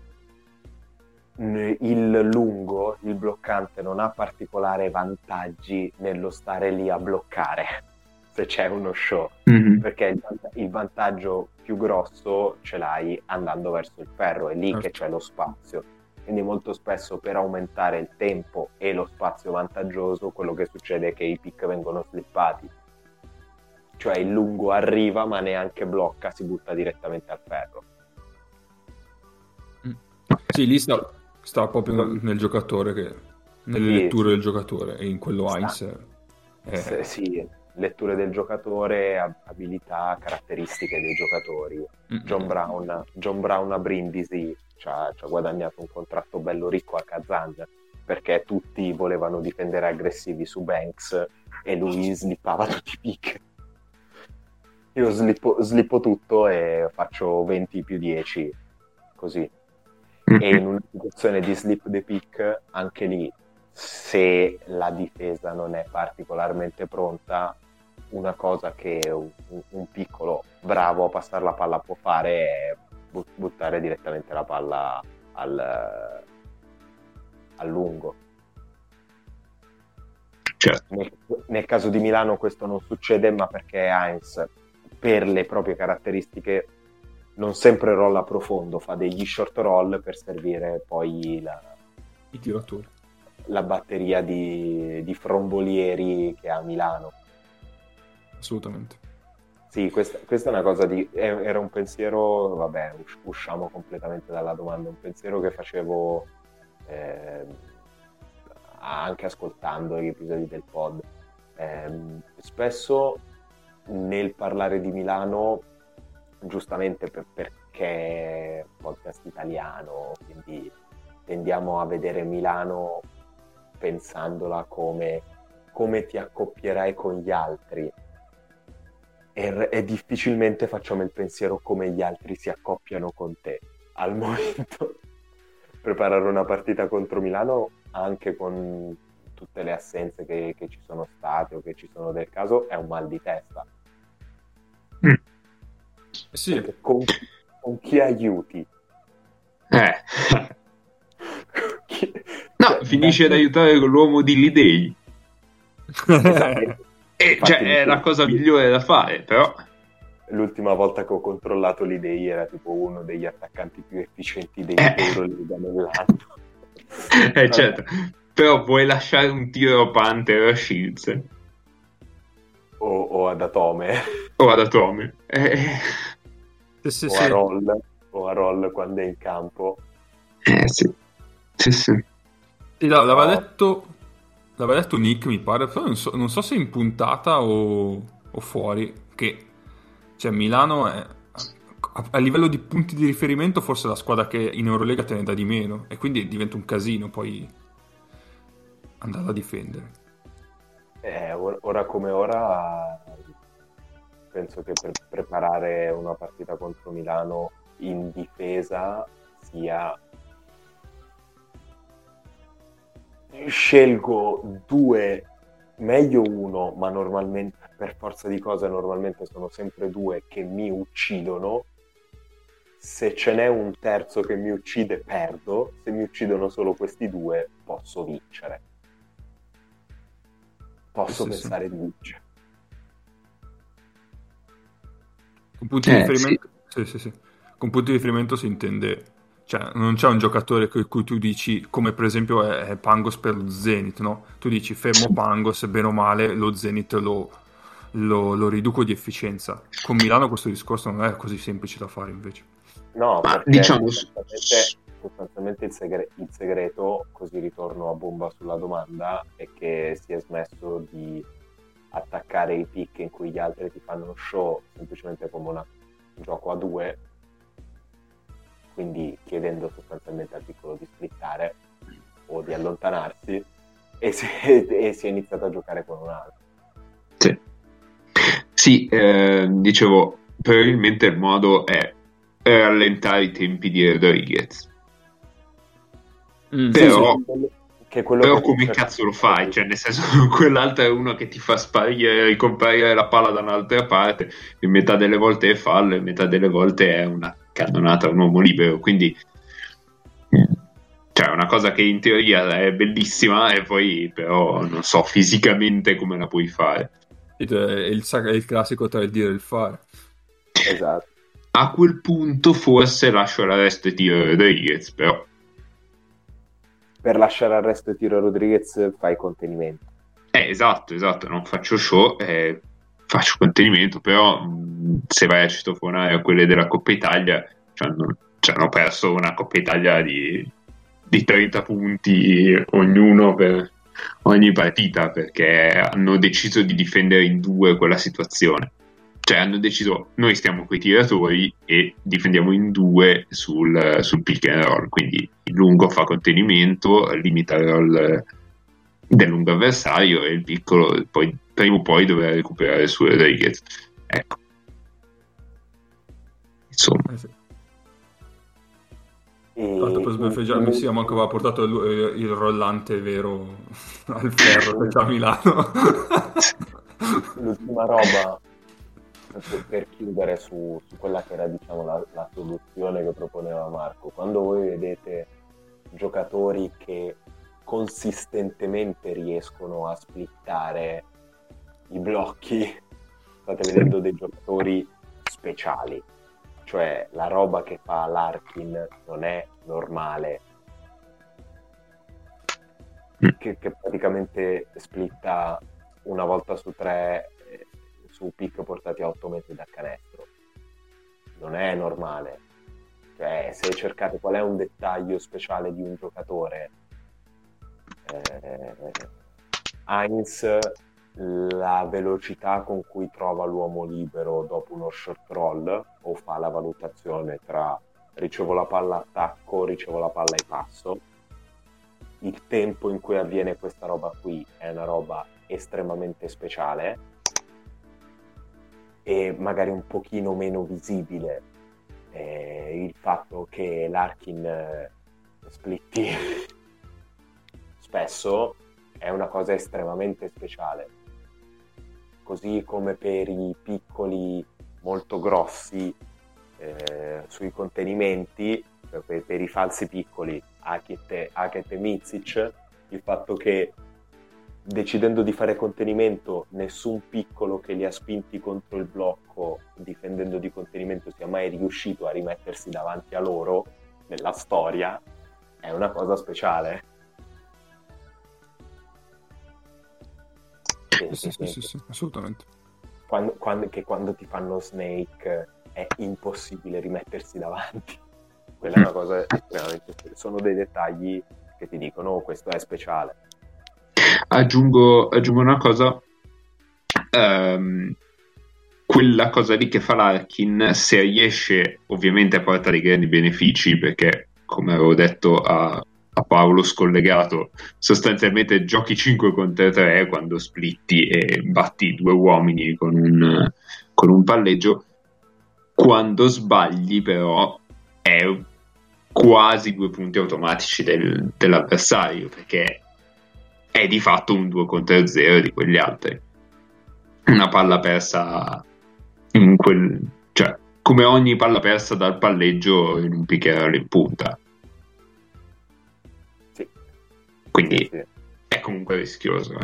il lungo, il bloccante non ha particolari vantaggi nello stare lì a bloccare se c'è uno show, perché il vantaggio più grosso ce l'hai andando verso il ferro, è lì che c'è lo spazio, quindi molto spesso per aumentare il tempo e lo spazio vantaggioso quello che succede è che i pick vengono slippati, cioè il lungo arriva ma neanche blocca, si butta direttamente al ferro. Sì, lì sta proprio nel giocatore, nelle letture del giocatore, e in quello Heinz sì, letture del giocatore, abilità, caratteristiche dei giocatori. John Brown a Brindisi ci ha guadagnato un contratto bello ricco a Kazan, perché tutti volevano difendere aggressivi su Banks e lui slippava tutti i pick. Io slippo tutto e faccio 20 più 10 così. E in una situazione di slip the pick, anche lì, se la difesa non è particolarmente pronta, una cosa che un piccolo bravo a passare la palla può fare è buttare direttamente la palla al lungo. Certo. Nel caso di Milano questo non succede, ma perché Heinz, per le proprie caratteristiche, non sempre rolla profondo, fa degli short roll per servire poi i tiratori, la batteria di frombolieri che ha Milano. Assolutamente. Sì, questa è una cosa era un pensiero, vabbè, usciamo completamente dalla domanda, un pensiero che facevo anche ascoltando gli episodi del pod. Spesso nel parlare di Milano, giustamente perché podcast italiano, quindi tendiamo a vedere Milano pensandola come ti accoppierai con gli altri, e difficilmente facciamo il pensiero come gli altri si accoppiano con te. Al momento preparare una partita contro Milano, anche con tutte le assenze che ci sono state o che ci sono del caso, è un mal di testa. Sì. Con chi aiuti? No, finisce ad aiutare con l'uomo di Lidei. Esatto. Cioè, è la cosa migliore da fare, però. L'ultima volta che ho controllato l'Idei era tipo uno degli attaccanti più efficienti dei Euroliga nell'anno. Certo. Però vuoi lasciare un tiro a Panther a Shields? O ad Atome. O ad Atome. A Roll quando è in campo. Sì. Sì. E l'aveva detto Nick, mi pare, però non so se in puntata o fuori, che cioè Milano è a livello di punti di riferimento forse la squadra che in Eurolega te ne dà di meno e quindi diventa un casino poi andarla a difendere. Ora come ora penso che per preparare una partita contro Milano in difesa sia scelgo due, meglio uno, ma normalmente per forza di cose normalmente sono sempre due che mi uccidono. Se ce n'è un terzo che mi uccide perdo, se mi uccidono solo questi due posso vincere, posso pensare di vincere. Con punti di riferimento, Sì. sì. Con punti di riferimento si intende, cioè non c'è un giocatore con cui tu dici, come per esempio è Pangos per lo Zenit, no? Tu dici fermo Pangos e bene o male lo Zenit lo riduco di efficienza. Con Milano questo discorso non è così semplice da fare invece. No, Ma perché diciamo sostanzialmente il segreto, così ritorno a bomba sulla domanda, è che si è smesso di attaccare i pick in cui gli altri ti fanno show semplicemente come un gioco a due, quindi chiedendo sostanzialmente al piccolo di splittare o di allontanarsi, e si è iniziato a giocare con un altro. Sì, dicevo, probabilmente il modo è rallentare i tempi di Rodriguez. Però, che quello però che come cazzo lo fai? Cioè, nel senso, quell'altro è uno che ti fa sparire, ricomparire la palla da un'altra parte, e metà delle volte è fallo, e metà delle volte è una cannonata a un uomo libero. Quindi, cioè, è una cosa che in teoria è bellissima, e poi, però, non so fisicamente come la puoi fare. È il classico tra il dire e il fare. Esatto. A quel punto forse lascio l'arresto e tiro Rodriguez, però per lasciare arresto e tiro Rodriguez fai contenimento. Esatto, non faccio show, faccio contenimento, però se vai a citofonare a quelle della Coppa Italia hanno perso una Coppa Italia di 30 punti ognuno per ogni partita, perché hanno deciso di difendere in due quella situazione. Cioè hanno deciso, noi stiamo coi tiratori e difendiamo in due sul pick and roll, quindi il lungo fa contenimento, limita il roll del lungo avversario, e il piccolo poi prima o poi dovrà recuperare su Rodriguez. Ecco, insomma. Sì. Tanto per sbeffeggiarmi, sì, manco aveva portato il rollante vero al ferro che c'è a Milano. L'ultima roba per chiudere su quella che era, diciamo, la soluzione che proponeva Marco. Quando voi vedete giocatori che consistentemente riescono a splittare i blocchi, state vedendo dei giocatori speciali, cioè la roba che fa Larkin non è normale, che praticamente splitta una volta su tre su pick portati a 8 metri da canestro. Non è normale. Cioè, se cercate qual è un dettaglio speciale di un giocatore, Heinz, la velocità con cui trova l'uomo libero dopo uno short roll o fa la valutazione tra ricevo la palla attacco, ricevo la palla e passo, il tempo in cui avviene questa roba qui è una roba estremamente speciale e magari un pochino meno visibile. Il fatto che Larkin splitti spesso è una cosa estremamente speciale, così come per i piccoli molto grossi sui contenimenti, per i falsi piccoli Hackett e Mizic, il fatto che decidendo di fare contenimento nessun piccolo che li ha spinti contro il blocco difendendo di contenimento sia mai riuscito a rimettersi davanti a loro nella storia, è una cosa speciale. Sì, assolutamente. Quando ti fanno snake è impossibile rimettersi davanti. quella è una cosa estremamente, sono dei dettagli che ti dicono "Oh, questo è speciale". Aggiungo una cosa, quella cosa lì che fa Larkin, se riesce, ovviamente porta dei grandi benefici, perché come avevo detto a Paolo scollegato, sostanzialmente giochi 5 contro 3 quando splitti e batti 2 uomini con un palleggio. Quando sbagli però è quasi 2 punti automatici dell'avversario, perché è di fatto un 2 contro 0 di quegli altri. Una palla persa cioè, come ogni palla persa dal palleggio in un pick and roll in punta. Sì. Quindi sì. È comunque rischioso.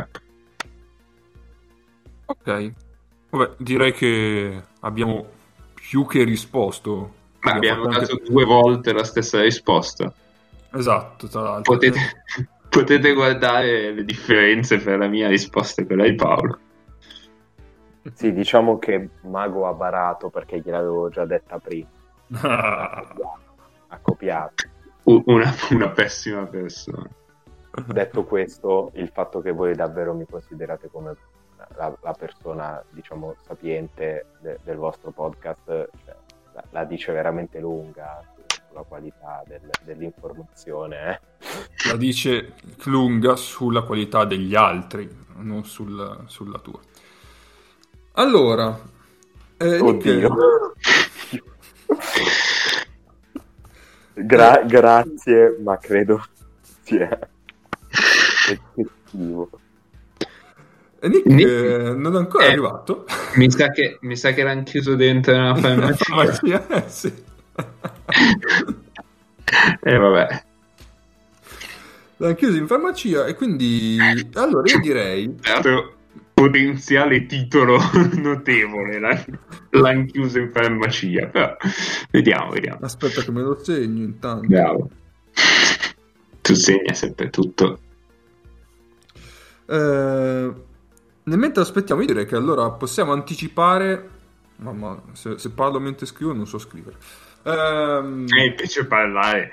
Ok, vabbè, direi che abbiamo più che risposto. Ma abbiamo fatto dato 2 volte la stessa risposta. Esatto, tra l'altro. Potete guardare le differenze fra la mia risposta e quella di Paolo. Sì, diciamo che Mago ha barato perché gliel'avevo già detta prima. Ha copiato. Una pessima persona. Detto questo, il fatto che voi davvero mi considerate come la persona, diciamo, sapiente del vostro podcast, cioè, la dice veramente lunga sulla qualità dell'informazione. La dice lunga sulla qualità degli altri, non sulla tua. Allora, oddio. Grazie, ma credo sia eccessivo. Nick non è ancora arrivato. Mi sa che l'hanno chiuso dentro una farmacia. Sì. Vabbè. L'hanno chiuso in farmacia e quindi allora io direi potenziale titolo notevole, l'hanno chiuso in farmacia, però vediamo. Aspetta che me lo segno intanto. Bravo. Tu segna sempre tutto. Nel mentre aspettiamo, io direi che allora possiamo anticipare. Mamma, se parlo mentre scrivo non so scrivere. Invece parlare.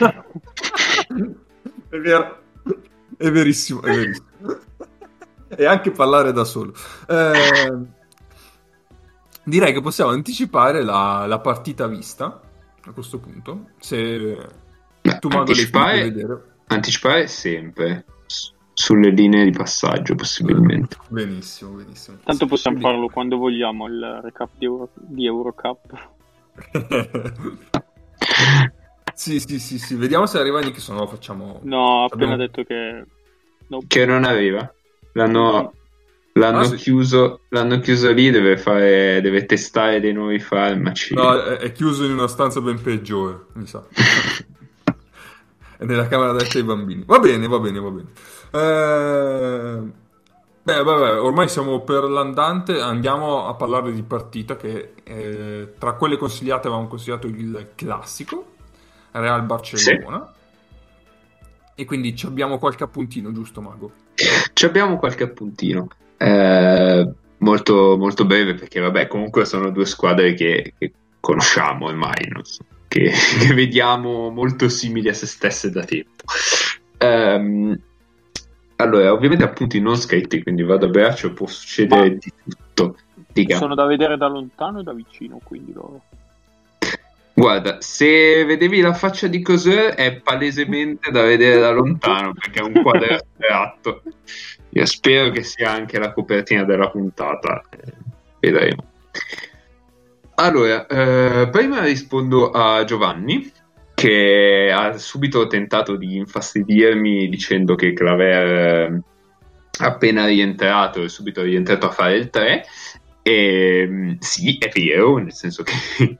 È vero. È verissimo. E anche parlare da solo. Direi che possiamo anticipare la partita vista a questo punto. Se tu Mago le puoi vedere. Anticipare sempre sulle linee di passaggio, possibilmente. Benissimo. Tanto possiamo farlo quando vogliamo, il recap di Eurocup. Sì, vediamo se arriva Nick, se no lo facciamo. No, appena detto che che non arriva. L'hanno chiuso lì, deve testare dei nuovi farmaci. No, è chiuso in una stanza ben peggiore, mi sa. È nella camera da letto dei bambini. Va bene. Vabbè, ormai siamo per l'andante, andiamo a parlare di partita che tra quelle consigliate avevamo consigliato il classico Real Barcellona. Sì. E quindi ci abbiamo qualche appuntino, giusto Mago? Ci abbiamo qualche appuntino molto, molto breve, perché vabbè, comunque sono 2 squadre che conosciamo ormai, non so, che vediamo molto simili a se stesse da tempo. Allora, ovviamente appunti non scritti, quindi vado a braccio, può succedere di tutto. Dica. Sono da vedere da lontano e da vicino, quindi loro. Guarda, se vedevi la faccia di Cos'è è palesemente da vedere da lontano, perché è un quadro astratto. Io spero che sia anche la copertina della puntata, vedremo. Allora, prima rispondo a Giovanni, che ha subito tentato di infastidirmi dicendo che Claver appena rientrato è subito rientrato a fare il 3, e sì, è vero, nel senso che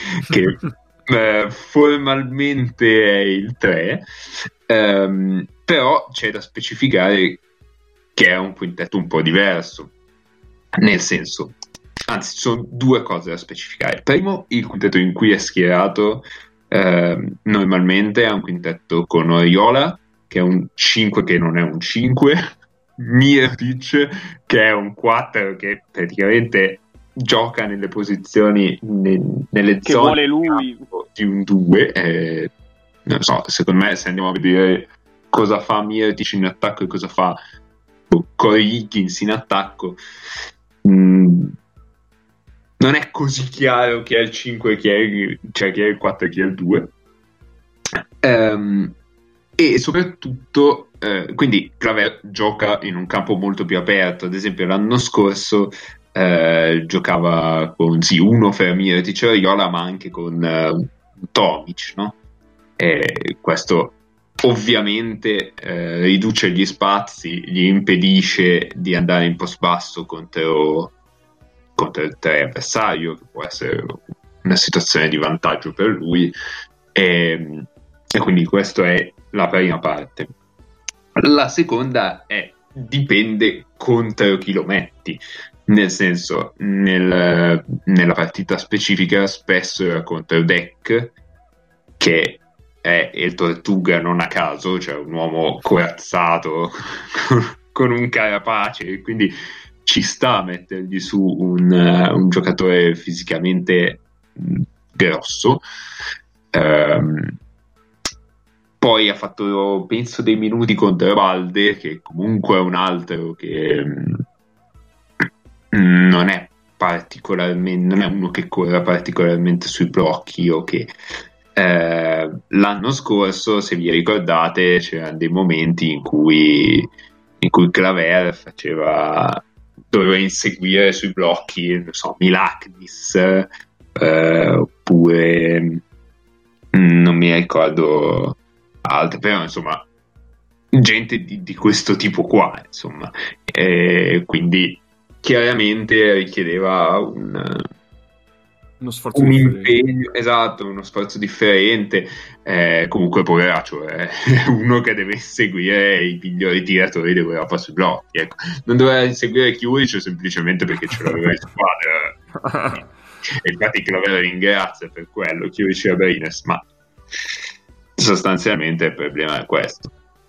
formalmente è il 3, però c'è da specificare che è un quintetto un po' diverso, nel senso, anzi sono 2 cose da specificare. Primo, il quintetto in cui è schierato normalmente è un quintetto con Oriola, che è un 5 che non è un 5, Mirotic, che è un 4 che praticamente gioca nelle posizioni, nelle che zone vuole lui di un 2. Non so, secondo me se andiamo a vedere cosa fa Mirotic in attacco e cosa fa Corey Higgins in attacco, non è così chiaro chi è il 5, chi è il 4 e chi è il 2. E soprattutto quindi Claver gioca in un campo molto più aperto. Ad esempio l'anno scorso giocava con uno fra Mirotic e Oriola, ma anche con Tomic, no? E questo ovviamente riduce gli spazi, gli impedisce di andare in post basso contro il 3 avversario, che può essere una situazione di vantaggio per lui, e quindi questa è la prima parte. La seconda dipende contro chi lo metti, nel senso nella partita specifica spesso era contro Deck, che è il Tortuga non a caso, cioè un uomo corazzato con un carapace, quindi ci sta a mettergli su un giocatore fisicamente grosso. Poi ha fatto, penso, dei minuti contro Valde, che comunque è un altro che non è uno che corra particolarmente sui blocchi, o che l'anno scorso, se vi ricordate, c'erano dei momenti in cui Claver doveva inseguire sui blocchi, non so, Milaknis, oppure non mi ricordo altre, però insomma gente di questo tipo qua, insomma, quindi chiaramente richiedeva uno sforzo un differente. impegno, esatto, uno sforzo differente. Comunque poveraccio è uno che deve seguire i migliori tiratori d'Europa sui blocchi, ecco. Non doveva seguire Chiuric semplicemente perché ce l'aveva in squadra e infatti che lo ringrazia per quello, Chiuric e Brines, ma sostanzialmente il problema è questo.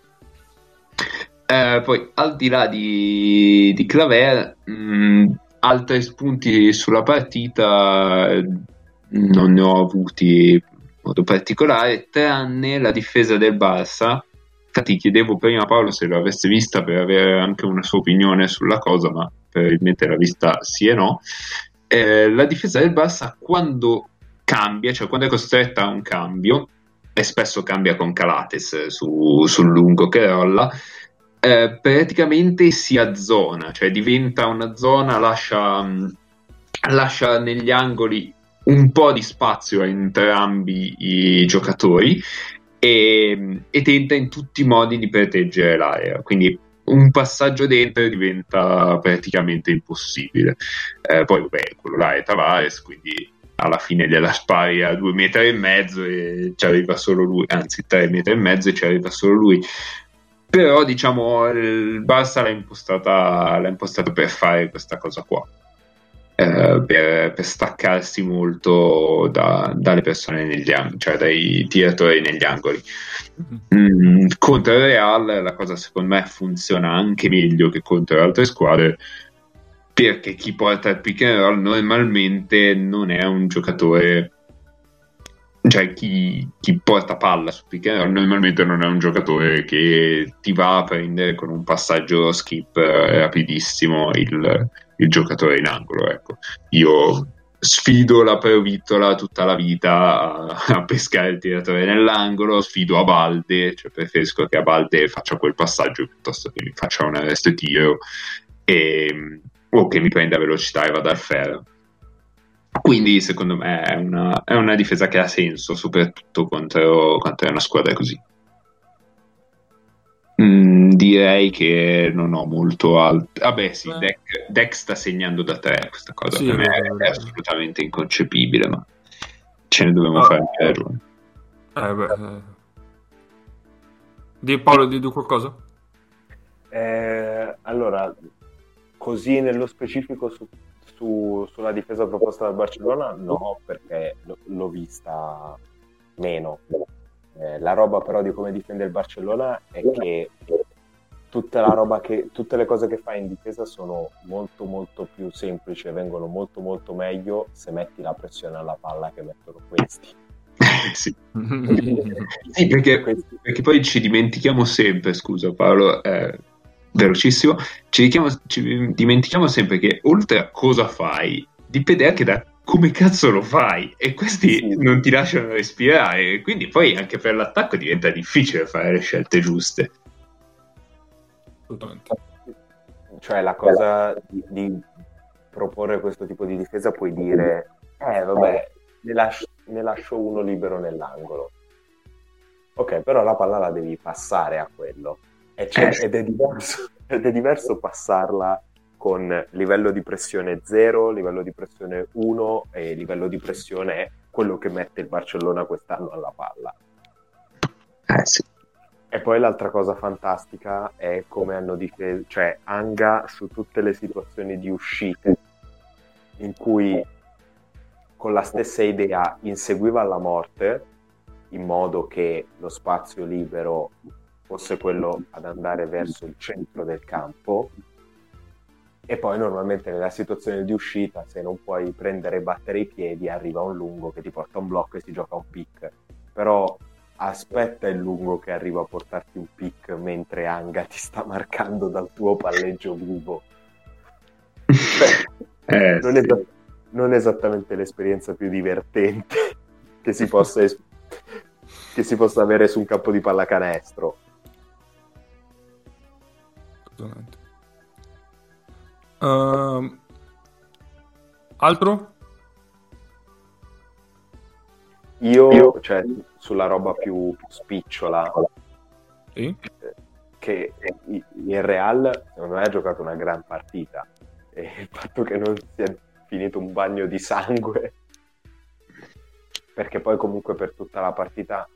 Poi al di là di Claver, altri spunti sulla partita non ne ho avuti in modo particolare, tranne la difesa del Barça. Infatti chiedevo prima a Paolo se lo avesse vista per avere anche una sua opinione sulla cosa, ma probabilmente l'ha vista sì e no. La difesa del Barça quando cambia, cioè quando è costretta a un cambio, e spesso cambia con Calates sul lungo che rolla, praticamente si azzona, cioè diventa una zona, lascia negli angoli un po' di spazio a entrambi i giocatori e tenta in tutti i modi di proteggere l'area, quindi un passaggio dentro diventa praticamente impossibile. Poi vabbè, quello là è Tavares, quindi alla fine gliela spari a 2,5 metri e ci arriva solo lui, anzi 3,5 metri e ci arriva solo lui. Però diciamo il Barça l'ha impostata per fare questa cosa qua, per staccarsi molto dalle persone negli angoli, cioè dai tiratori negli angoli. Contro il Real la cosa secondo me funziona anche meglio che contro le altre squadre, perché chi porta il pick and roll normalmente non è un giocatore, cioè chi porta palla su pick and roll normalmente non è un giocatore che ti va a prendere con un passaggio skip rapidissimo il giocatore in angolo, ecco. Io sfido la Provittola tutta la vita a pescare il tiratore nell'angolo, sfido a Balde, cioè preferisco che a Balde faccia quel passaggio piuttosto che mi faccia un arresto e tiro, o che mi prenda velocità e vada al ferro. Quindi secondo me è una difesa che ha senso, soprattutto contro una squadra così. Direi che non ho molto altro. Vabbè sì, Deck sta segnando da 3, questa cosa sì, per me è assolutamente inconcepibile, ma ce ne dobbiamo fare anche ragione. Di Paolo, di qualcosa? Allora, così nello specifico sulla difesa proposta dal Barcellona no, perché l'ho vista meno. La roba però di come difende il Barcellona è che tutta la roba tutte le cose che fai in difesa sono molto molto più semplici e vengono molto molto meglio se metti la pressione alla palla che mettono questi. Sì. Sì, perché poi ci dimentichiamo sempre, scusa Paolo, velocissimo, ci dimentichiamo sempre che oltre a cosa fai, dipende anche da come cazzo lo fai, e questi non ti lasciano respirare, quindi poi anche per l'attacco diventa difficile fare le scelte giuste. Assolutamente. Cioè la cosa di proporre questo tipo di difesa, puoi dire vabbè, ne lascio uno libero nell'angolo, ok, però la palla la devi passare a quello, ed è diverso passarla con livello di pressione 0, livello di pressione 1 e livello di pressione quello che mette il Barcellona quest'anno alla palla. Sì. E poi l'altra cosa fantastica è come hanno difeso, cioè Anga su tutte le situazioni di uscite in cui con la stessa idea inseguiva alla morte, in modo che lo spazio libero fosse quello ad andare verso il centro del campo, e poi normalmente nella situazione di uscita, se non puoi prendere e battere i piedi, arriva un lungo che ti porta un blocco e si gioca un pick. Però aspetta il lungo che arriva a portarti un pick mentre Anga ti sta marcando dal tuo palleggio vivo. Non è esattamente l'esperienza più divertente che si possa avere su un campo di pallacanestro. Assolutamente. Altro? Io, cioè, sulla roba più spicciola, Sì? che il Real secondo me ha giocato una gran partita, e il fatto che non sia finito un bagno di sangue, perché poi comunque per tutta la partita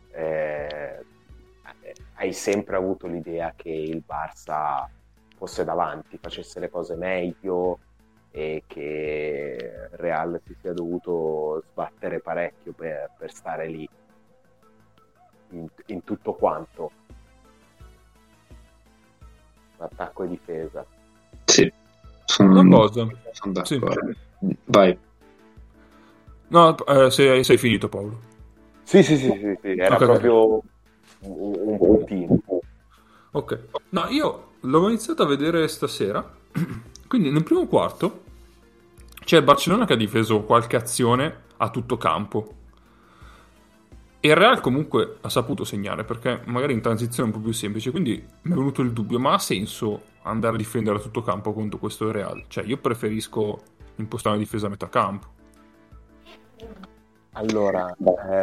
hai sempre avuto l'idea che il Barça fosse davanti, facesse le cose meglio, e che il Real si sia dovuto sbattere parecchio per stare lì in tutto quanto, attacco e difesa. Sì, Una cosa. sono d'accordo. Sì. Vai. No, sei finito, Paolo. Sì, era Okay, proprio un puntino. Ok. No, io l'ho iniziato a vedere stasera, quindi nel primo quarto c'è il Barcellona che ha difeso qualche azione a tutto campo. E il Real comunque ha saputo segnare, perché magari in transizione è un po' più semplice, quindi mi è venuto il dubbio, ma ha senso andare a difendere a tutto campo contro questo Real? Cioè, io preferisco impostare una difesa a metà campo. Allora,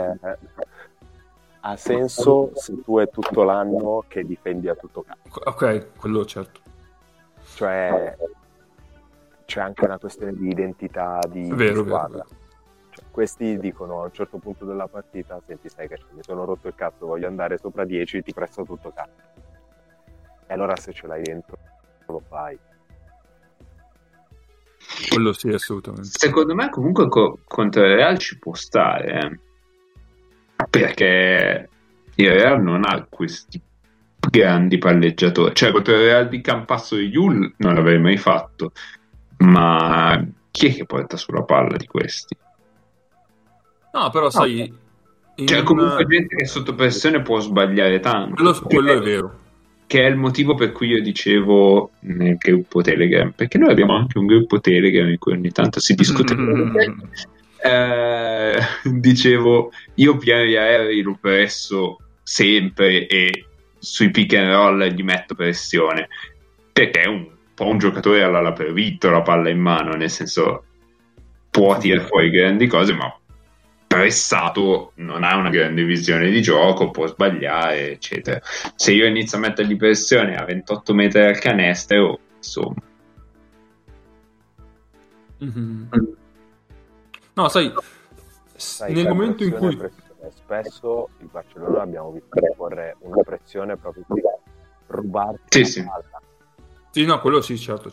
ha senso se tu è tutto l'anno che difendi a tutto campo. Ok, quello certo. Cioè, c'è anche una questione di identità di squadra. Vero. Cioè, questi dicono a un certo punto della partita: senti, sai che mi sono rotto il cazzo, voglio andare sopra 10, ti presto tutto campo. E allora se ce l'hai dentro lo fai. Quello sì, assolutamente. Secondo me comunque contro il Real ci può stare, perché il Real non ha questi grandi palleggiatori. Cioè contro il Real di Campasso e Yul non l'avrei mai fatto, ma chi è che porta sulla palla di questi? No, però sai... Cioè comunque gente che sotto pressione può sbagliare tanto. Quello è vero. Che è il motivo per cui io dicevo nel gruppo Telegram, perché noi abbiamo anche un gruppo Telegram in cui ogni tanto si discute. Dicevo, io Pierre lo presso sempre e sui pick and roll gli metto pressione, perché è un po' un giocatore alla Pervitto, la palla in mano, nel senso può tirare fuori grandi cose, ma pressato non ha una grande visione di gioco, può sbagliare, eccetera. Se io inizio a mettergli pressione a 28 metri dal canestro, insomma. No, sai nel momento in cui spesso il Barcellona l'abbiamo visto porre una pressione proprio per rubarti la palla. Sì, no, quello sì, certo.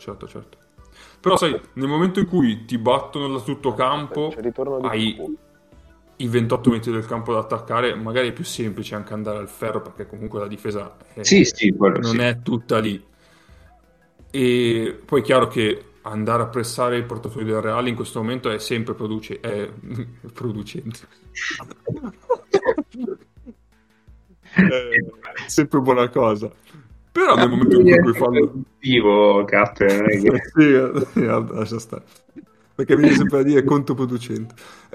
Però sai, nel momento in cui ti battono da tutto campo, i 28 metri del campo da attaccare, magari è più semplice anche andare al ferro, perché comunque la difesa Sì, quello non sì. è tutta lì. E poi è chiaro che andare a pressare i portatori del Real in questo momento è sempre producente. È sempre buona cosa. Però nel momento in cui puoi farlo... sì, lascia stare. Perché viene sempre a dire controproducente.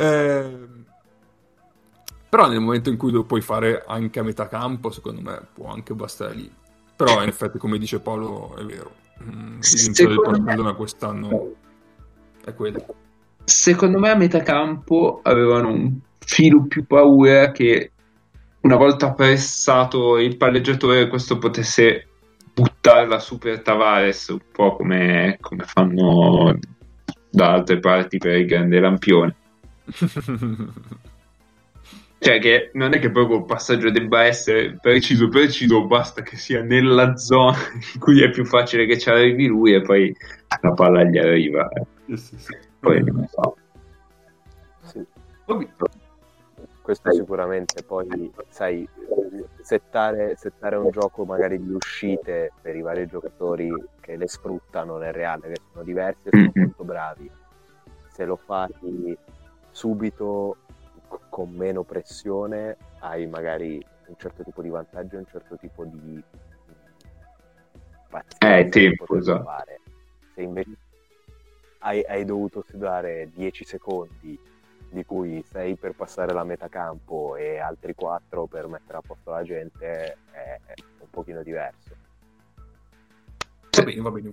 Però nel momento in cui lo puoi fare anche a metà campo, secondo me può anche bastare lì. Però in effetti, come dice Paolo, è vero. L'inizio del Barcellona quest'anno è quello. Secondo me a metà campo avevano un filo più paura che una volta pressato il palleggiatore questo potesse buttarla su per Tavares, un po' come fanno da altre parti per il grande lampione. Cioè che non è che proprio il passaggio debba essere preciso, basta che sia nella zona in cui è più facile che ci arrivi lui e poi la palla gli arriva. Sì. Poi non so. Sì. Questo sicuramente. Poi sai, settare un gioco magari di uscite per i vari giocatori che le sfruttano nel reale, che sono diversi e sono molto bravi. Se lo fai subito con meno pressione hai magari un certo tipo di vantaggio e un certo tipo di tempo, esatto. Fare. Se invece hai dovuto sudare 10 secondi di cui 6 per passare la metacampo e altri 4 per mettere a posto la gente, è un pochino diverso. Va bene.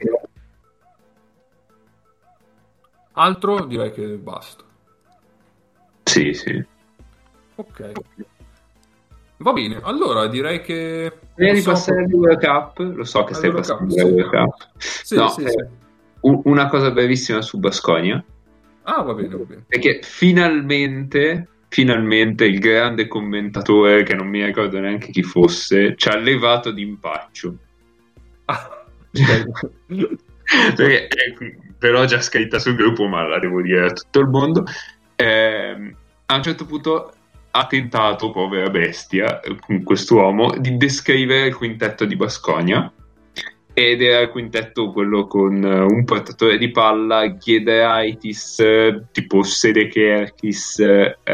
Altro direi che basta. Sì. Ok. Va bene, allora direi che... Prima di passare all'Euro Cup, lo so che stai passando all'Euro Cup. Sì. Una cosa brevissima su Baskonia. Ah, va bene. Perché finalmente il grande commentatore, che non mi ricordo neanche chi fosse, ci ha levato d'impaccio. Perché, però già scritta sul gruppo, ma la devo dire a tutto il mondo. A un certo punto ha tentato, povera bestia, con quest'uomo, di descrivere il quintetto di Baskonia, ed era il quintetto quello con un portatore di palla, Giedraitis, tipo Sedekerkis,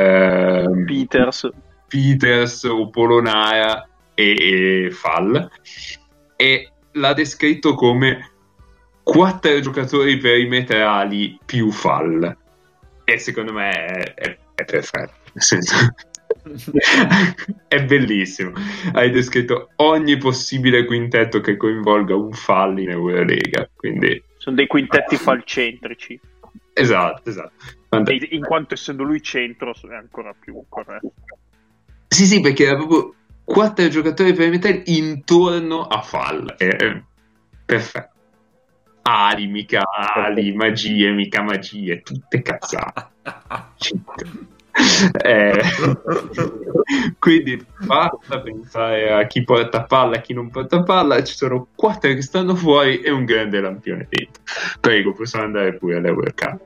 Peters o Polonara e Fall, e l'ha descritto come 4 giocatori perimetrali più Fall, e secondo me è perfetto, nel senso è bellissimo. Hai descritto ogni possibile quintetto che coinvolga un Fall in Eurolega, quindi sono dei quintetti falcentrici. Esatto. In quanto essendo lui centro è ancora più corretto. Sì, perché era proprio 4 giocatori perimetrali intorno a Fall. Perfetto. Mica ali, magie, mica magie, tutte cazzate. Quindi basta pensare a chi porta palla e a chi non porta palla, ci sono 4 che stanno fuori e un grande lampione dentro. Prego, possiamo andare pure all'Euro Cup.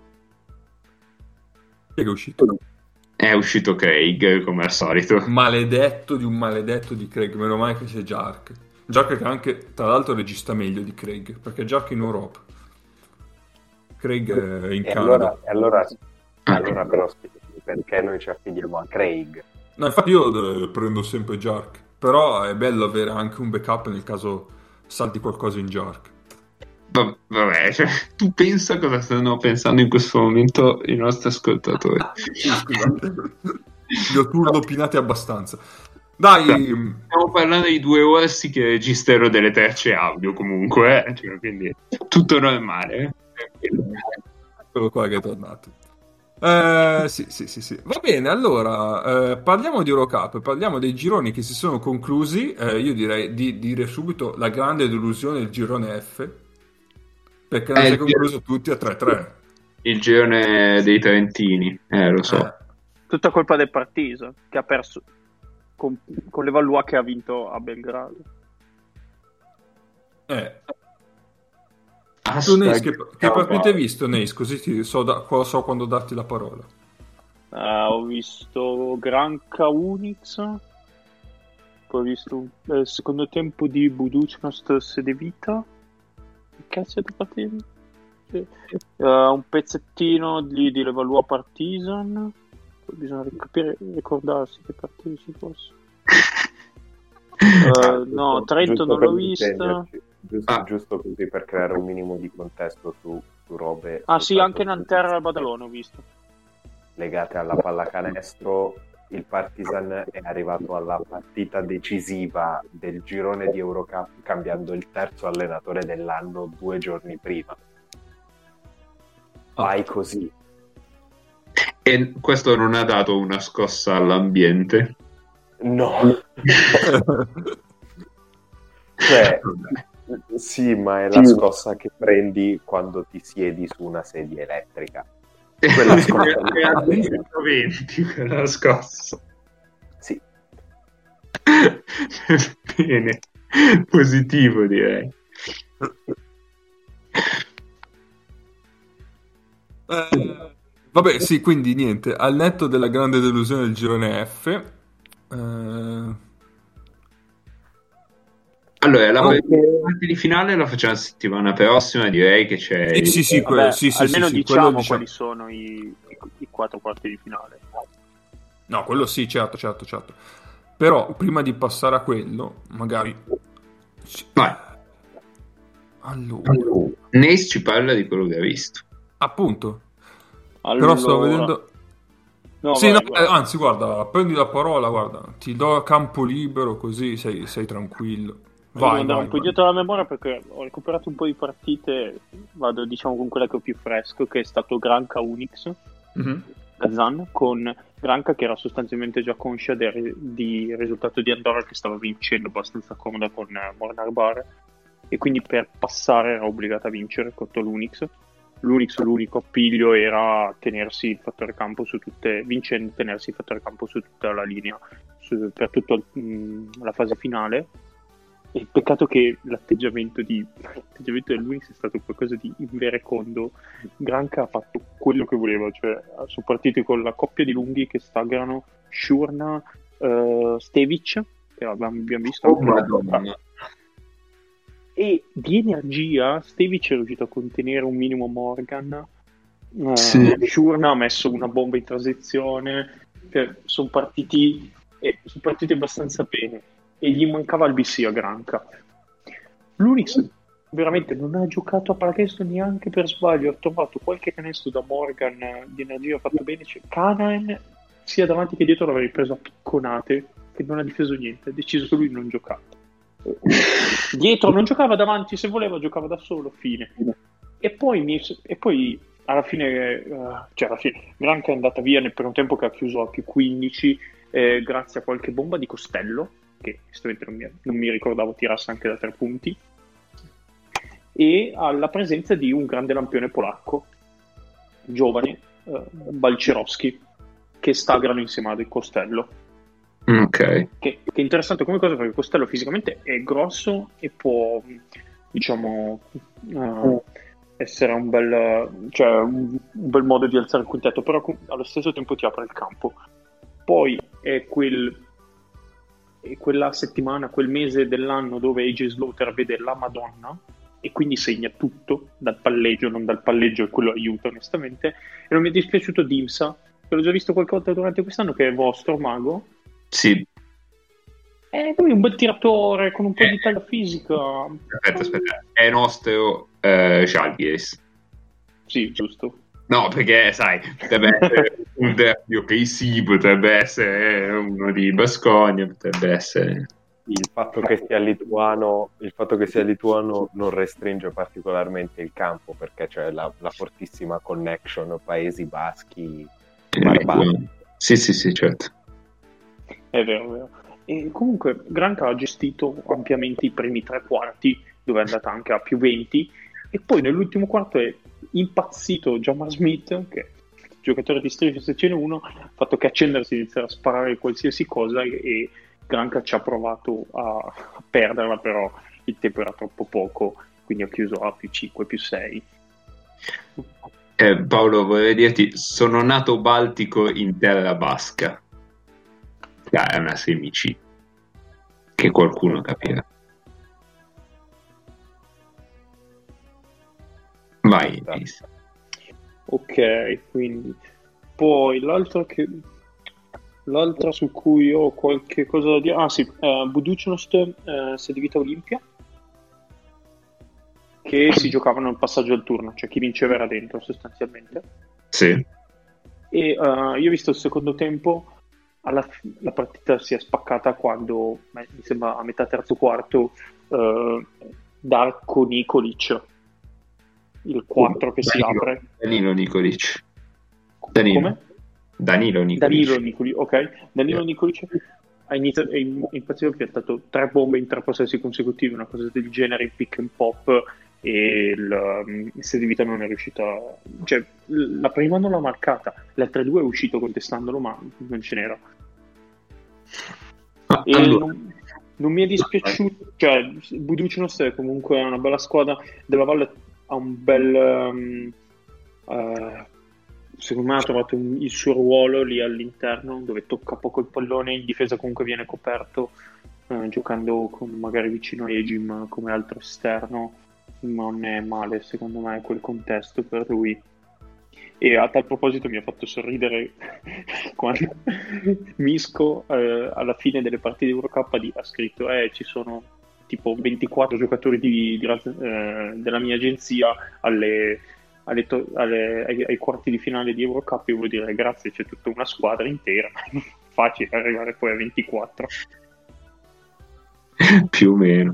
Chi è uscito? È uscito Craig, come al solito. Maledetto di Craig, meno male che c'è Jark che anche, tra l'altro, regista meglio di Craig, perché Jark in Europa, Craig è in Canada. Allora però perché noi ci affidiamo a Craig? No, infatti io prendo sempre Jark, però è bello avere anche un backup nel caso salti qualcosa in Jark. Vabbè, cioè, tu pensa cosa stanno pensando in questo momento i nostri ascoltatori. Scusate, li ho turbopinati abbastanza. Dai, stiamo parlando di 2 orsi che registrano delle tracce audio comunque, cioè, quindi tutto normale. Quello qua che è tornato. Sì. Va bene, allora parliamo di Eurocup, parliamo dei gironi che si sono conclusi. Io direi di dire subito la grande delusione del girone F, perché non si è concluso tutti a 3-3. Il girone dei Trentini, lo so. Tutta colpa del Partizan, che ha perso con l'Evalua, che ha vinto a Belgrado. Tu, Neis, che partita hai visto, Neis? Così so quando darti la parola. Ho visto Granca Unix, poi ho visto il secondo tempo di Budućnost Cedevita. Che cazzo è da partire? Sì. Un pezzettino di Levallois Partizan. Poi bisogna ricordarsi che partite ci fosse. No, Trento non l'ho vista. Giusto così per creare un minimo di contesto su robe. Sì, anche Nanterra e Badalone ho visto. Legate alla pallacanestro, il Partizan è arrivato alla partita decisiva del girone di Eurocup cambiando il terzo allenatore dell'anno 2 giorni prima. Vai così. E questo non ha dato una scossa all'ambiente? No. Cioè, sì, ma è la scossa che prendi quando ti siedi su una sedia elettrica. Quella scossa è a 220 quella scossa. Sì. Bene, positivo direi. Vabbè, sì, quindi niente, al netto della grande delusione del girone F. Allora, la parte di finale la facciamo la settimana prossima, direi che c'è... Sì, almeno diciamo quello, quali sono i 4 quarti di finale. No, quello sì, certo. Però, prima di passare a quello, magari... Vai. Allora... Nace ci parla di quello che ha visto. Appunto. Allora... Però sto vedendo... No, sì, vai, no, vai. Anzi, guarda, prendi la parola, guarda, ti do campo libero così sei tranquillo. Devo andare un po' dietro la memoria perché ho recuperato un po' di partite, vado diciamo con quella che ho più fresco, che è stato Granca Unix, Kazan, con Granca che era sostanzialmente già conscia del risultato di Andorra, che stava vincendo abbastanza comoda con Mornar Bar, e quindi per passare era obbligata a vincere contro l'Unix. L'unico appiglio era tenersi il fattore campo vincendo, tenersi il fattore campo su tutta la linea, per tutta la fase finale. E peccato che l'atteggiamento dell'Unix è stato qualcosa di inverecondo. Granca ha fatto quello che voleva, cioè sono partiti con la coppia di lunghi che staggerano Shurna, Stevic, che abbiamo visto anche e di energia Stevic è riuscito a contenere un minimo Morgan. Shurna ha messo una bomba in transizione, sono partiti abbastanza bene e gli mancava il BC a Granca. L'Unix veramente non ha giocato a pallacanestro neanche per sbaglio, ha trovato qualche canestro da Morgan di energia, ha fatto bene. Canaan sia davanti che dietro l'aveva preso a picconate, che non ha difeso niente, ha deciso che lui non giocava. Dietro non giocava, davanti se voleva giocava da solo, fine. E poi alla fine Granca è andata via nel primo tempo, che ha chiuso a più 15 grazie a qualche bomba di Costello, che onestamente non mi ricordavo tirasse anche da 3 punti, e alla presenza di un grande lampione polacco giovane, Balcerowski, che stagrano insieme a Costello. Ok. Che è interessante come cosa, perché Costello fisicamente è grosso e può, diciamo, essere un bel modo di alzare il quintetto, però allo stesso tempo ti apre il campo. Poi è quella settimana, quel mese dell'anno dove AJ Slaughter vede la Madonna e quindi segna tutto dal palleggio, non dal palleggio, e quello aiuta onestamente. E non mi è dispiaciuto Dimsa, che l'ho già visto qualche volta durante quest'anno, che è vostro mago. Sì. Lui è un bel tiratore con un po' di taglia fisica. Aspetta, è nostro Žalgiris. Sì, giusto. No, perché sai, potrebbe essere un derby OKC, potrebbe essere uno di Baskonia, potrebbe essere... Il fatto che sia lituano non restringe particolarmente il campo, perché c'è la fortissima connection Paesi Baschi. Sì, certo. È vero. E comunque Granca ha gestito ampiamente i primi 3 quarti, dove è andata anche a più 20, e poi nell'ultimo quarto è impazzito Jamar Smith, che è il giocatore di Striscia sezione 1, ha fatto che accendersi e iniziare a sparare qualsiasi cosa, e Granca ci ha provato a perderla, però il tempo era troppo poco, quindi ha chiuso a più 5, più 6. Paolo, vorrei dirti, sono nato baltico in terra basca. È una semici che qualcuno capirà. Vai. Ok, quindi poi l'altra su cui ho qualche cosa da dire, Budućnost Sede Vita Olimpia, che si giocavano nel passaggio al turno, cioè chi vinceva era dentro sostanzialmente. Sì. E io ho visto il secondo tempo, la partita si è spaccata quando, mi sembra a metà terzo quarto, Darko Nikolic, il 4 che si apre. Danilo Nikolic. Come? Danilo Nikolic. Danilo Nikolic, ok. Danilo Nikolic ha iniziato, in partita ha piantato 3 bombe in 3 possessi consecutivi, una cosa del genere in pick and pop, e il Sede Vita non è riuscita, cioè la prima non l'ha marcata, le altre 2 è uscito contestandolo, ma non ce n'era. E allora, non mi è dispiaciuto, cioè Budućnost è comunque una bella squadra, Della Valle ha un bel secondo me ha trovato il suo ruolo lì all'interno, dove tocca poco il pallone, in difesa comunque viene coperto, giocando con magari vicino a Ejim come altro esterno. Non è male secondo me quel contesto per lui. E a tal proposito mi ha fatto sorridere quando Misco alla fine delle partite di Eurocup ha scritto ci sono tipo 24 giocatori della mia agenzia ai quarti di finale di Eurocup. Io voglio dire grazie, c'è tutta una squadra intera. Facile arrivare poi a 24 più o meno.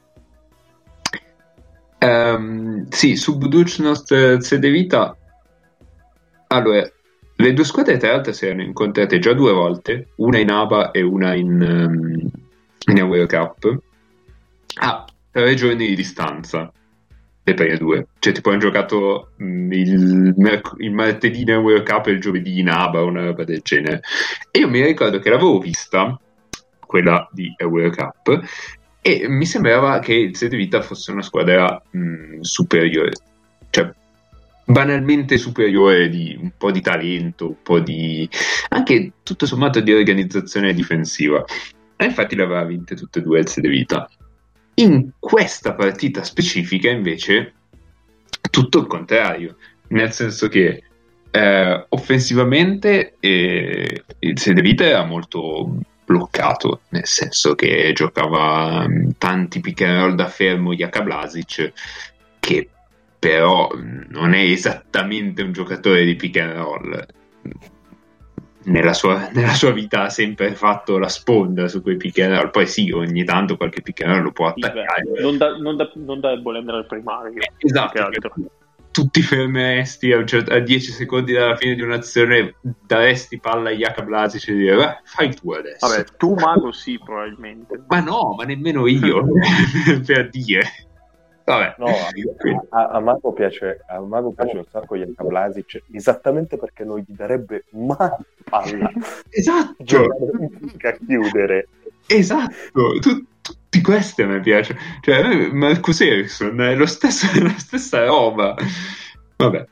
Sì, su Budućnost Sede Vita, allora, le 2 squadre tra l'altro si erano incontrate già 2 volte, una in ABA e una in Eurocup, a 3 giorni di distanza, le prime 2. Cioè tipo hanno giocato il martedì in Eurocup e il giovedì in ABA, una roba del genere. E io mi ricordo che l'avevo vista, quella di Eurocup, e mi sembrava che il Sede Vita fosse una squadra superiore, cioè banalmente superiore, di un po' di talento, un po' di anche tutto sommato di organizzazione difensiva. E infatti l'aveva vinte tutte e 2 il Sede Vita. In questa partita specifica invece tutto il contrario, nel senso che offensivamente il Sede Vita era molto bloccato, nel senso che giocava tanti pick and roll da fermo Jaka Blažić, che però non è esattamente un giocatore di pick and roll. Nella sua vita ha sempre fatto la sponda su quei pick and roll, poi sì, ogni tanto qualche pick and roll lo può attaccare. Non da Bolender al primario. Esatto, tutti fermeresti a 10 secondi dalla fine di un'azione, daresti palla a Jaka Blažić e dire fai tu adesso. Vabbè, tu Mago sì, probabilmente. Ma no, ma nemmeno io, per dire. Vabbè. No, a Mago piace un sacco Jaka Blažić, esattamente perché non gli darebbe mai palla. Esatto. A chiudere. Esatto, tutti questi a me piace. Cioè, a me Marcus Ericsson è la stessa roba. Vabbè.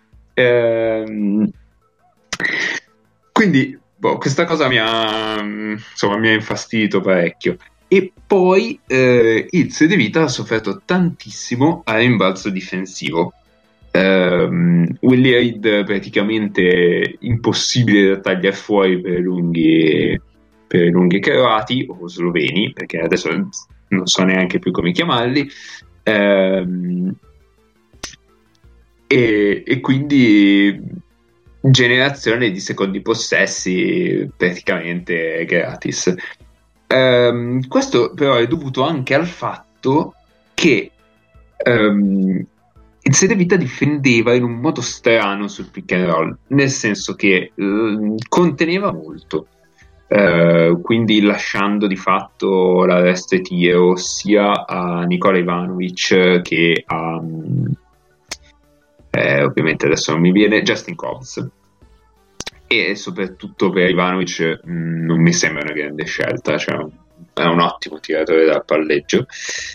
Quindi, questa cosa mi ha infastidito parecchio. E poi il Sede Vita ha sofferto tantissimo a rimbalzo difensivo. Willie Reid praticamente impossibile da tagliare fuori per lunghi croati o sloveni, perché adesso non so neanche più come chiamarli, e quindi generazione di secondi possessi praticamente gratis. Questo però è dovuto anche al fatto che il Sede Vita difendeva in un modo strano sul pick and roll, nel senso che conteneva molto, quindi lasciando di fatto la resta tiro sia a Nikola Ivanovic che a ovviamente adesso non mi viene, Justin Cobbs. E soprattutto per Ivanovic non mi sembra una grande scelta, cioè è un ottimo tiratore dal palleggio,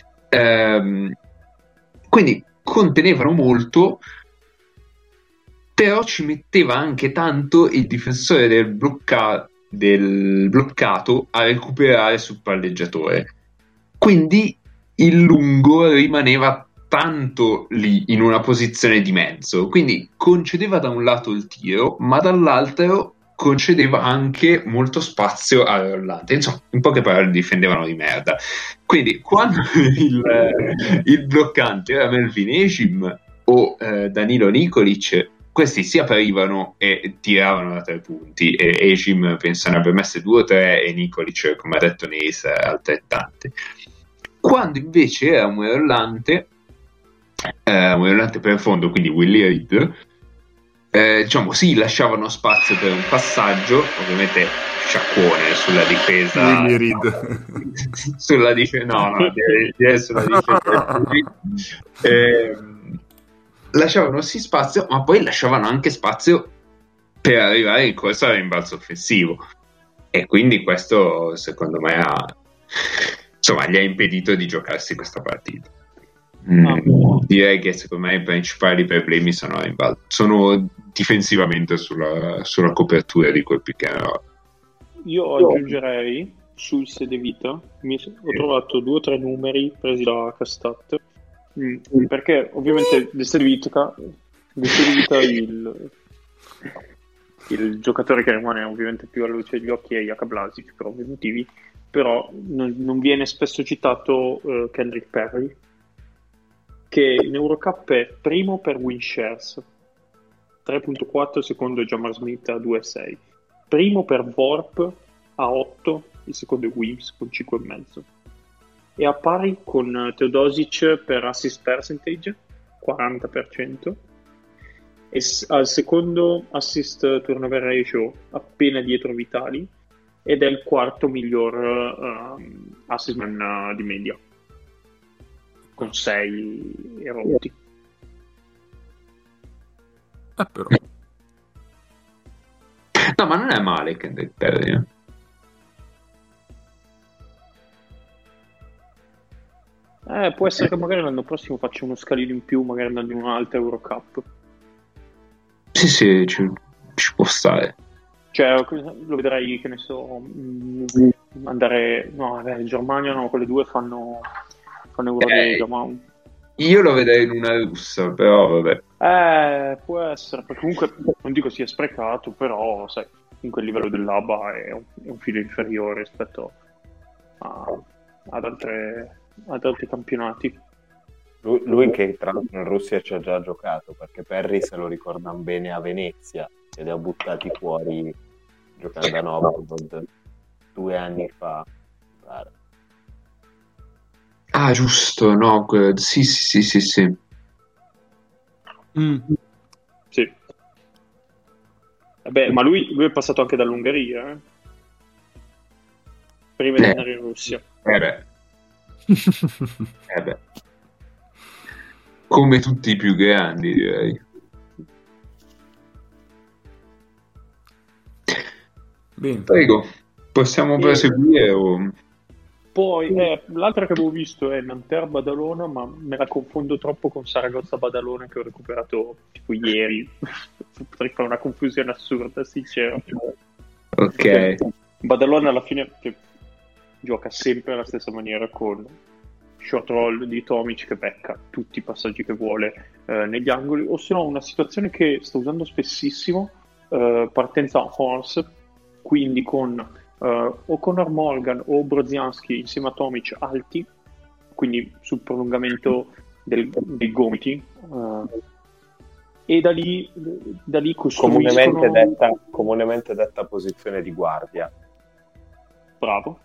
quindi contenevano molto, però ci metteva anche tanto il difensore del bloccato a recuperare sul palleggiatore. Quindi il lungo rimaneva tanto lì in una posizione di mezzo, quindi concedeva da un lato il tiro, ma dall'altro concedeva anche molto spazio al rollante. Insomma, in poche parole difendevano di merda. Quindi quando il bloccante era Melvin Ejim o Danilo Nikolic, questi si aprivano e tiravano da 3 punti, e Ejim penso ne abbia messe 2 o 3 e Nikolic, come ha detto Neis, altrettante. Quando invece era un rollante per fondo, quindi Willie Reed, diciamo sì, lasciavano spazio per un passaggio, ovviamente sciacquone sulla difesa Willie Reed sulla difesa lasciavano sì spazio, ma poi lasciavano anche spazio per arrivare in corsa al rimbalzo offensivo, e quindi questo secondo me gli ha impedito di giocarsi questa partita. Direi che secondo me i principali problemi sono difensivamente sulla copertura di quel pick and roll. Io aggiungerei sul Sedevita, ho trovato 2 o 3 numeri presi da Castat, perché ovviamente De Sedevita il giocatore che rimane ovviamente più alla luce degli occhi è Jaka Blasic per ovvi motivi, però non viene spesso citato Kendrick Perry, che in Eurocup è primo per win shares 3.4, secondo è Jamar Smith a 2.6, primo per VORP a 8, il secondo è Wims con 5.5, e a pari con Teodosic per assist percentage 40%, e al secondo assist turnover ratio appena dietro Vitali, ed è il quarto miglior assist man di media con 6 erotti. Però. No, ma non è male Kendrick Perry. Può essere che magari l'anno prossimo faccia uno scalino in più, magari andando in un'altra Eurocup. Sì, ci può stare. Cioè, lo vedrei, che ne so, andare... No, vabbè, Germania no, quelle due fanno Eurolega, ma... Io lo vedrei in una russa, però vabbè. Può essere, perché comunque non dico sia sprecato, però sai, in quel livello dell'ABA è un filo inferiore rispetto ad altri campionati. Lui che tra l'altro in Russia ci ha già giocato, perché Perry se lo ricordano bene a Venezia e li ha buttati fuori giocando a Novgorod 2 anni fa. Ah, giusto, no, sì. Sì. Vabbè, ma lui è passato anche dall'Ungheria, prima di andare in Russia. Beh. Come tutti i più grandi, direi. Bene. Prego, possiamo proseguire o... Poi l'altra che avevo visto è Nanterre Badalona, ma me la confondo troppo con Saragozza Badalona che ho recuperato tipo ieri. Potrei fare una confusione assurda, sincero. Ok. Badalona alla fine gioca sempre alla stessa maniera, con short roll di Tomic che becca tutti i passaggi che vuole negli angoli, o se no una situazione che sta usando spessissimo, partenza horse, quindi con o Conor Morgan o Brodzianski insieme a Tomic alti, quindi sul prolungamento dei gomiti, e da lì costruiscono comunemente detta posizione di guardia. Bravo.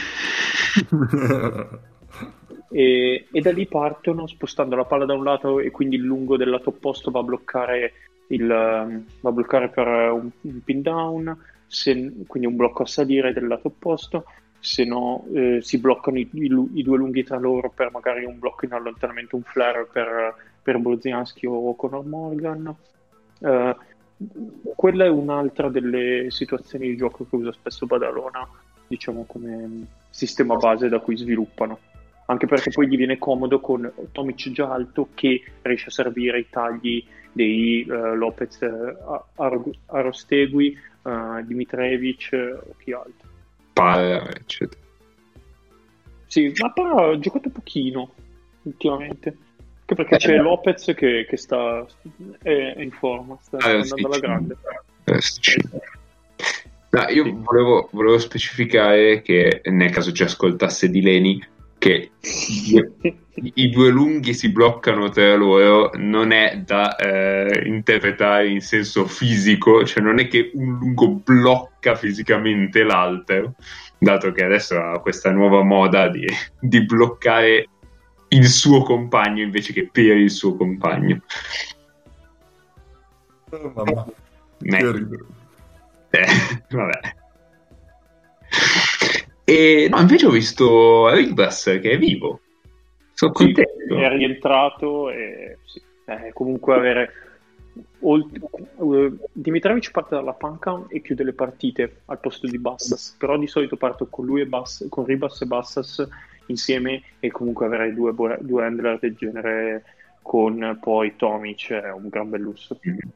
e da lì partono spostando la palla da un lato, e quindi il lungo del lato opposto va a bloccare per un pin down, quindi un blocco a salire del lato opposto, se no si bloccano i due lunghi tra loro per magari un blocco in allontanamento, un flare per Brodzianski o Conor Morgan. Quella è un'altra delle situazioni di gioco che usa spesso Badalona, diciamo, come sistema base da cui sviluppano, anche perché poi gli viene comodo con Tomic già alto che riesce a servire i tagli dei Lopez, Arostegui, Dimitrievich o chi altro. Eccetera. Sì, ma però ha giocato pochino ultimamente. Anche perché c'è Lopez che è in forma, sta andando alla grande. No, io volevo specificare che nel caso ci ascoltasse Di Leni che i due lunghi si bloccano tra loro, non è da interpretare in senso fisico, cioè non è che un lungo blocca fisicamente l'altro, dato che adesso ha questa nuova moda di bloccare il suo compagno invece che per il suo compagno. Oh, mamma. Che ridere. Vabbè. E no, invece ho visto Ribas che è vivo. Sono contento. È rientrato e comunque avere Dimitrievich parte dalla panca e chiude le partite al posto di Bassas, però di solito parto con lui e con Ribas e Bassas insieme, e comunque avere due handler del genere con poi Tomic è un gran bel lusso.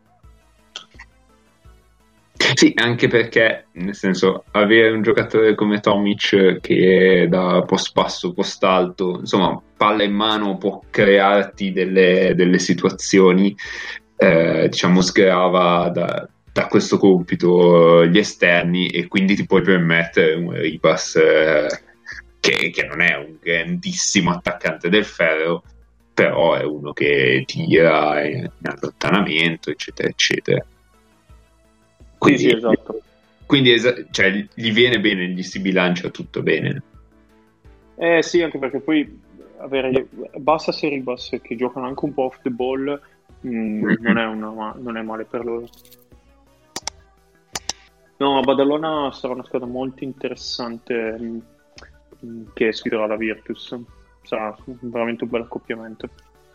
Sì, anche perché, nel senso, avere un giocatore come Tomic che è da post basso, post alto, insomma, palla in mano può crearti delle situazioni, diciamo, sgrava da questo compito gli esterni, e quindi ti puoi permettere un Ribas che non è un grandissimo attaccante del ferro, però è uno che tira in allontanamento, eccetera, eccetera. Quindi, sì, esatto. Quindi cioè, gli viene bene, gli si bilancia tutto bene. Sì, anche perché poi avere Bassas e Ribas che giocano anche un po' off the ball non è male per loro. No, Badalona sarà una squadra molto interessante che sfiderà la Virtus. Sarà veramente un bel accoppiamento.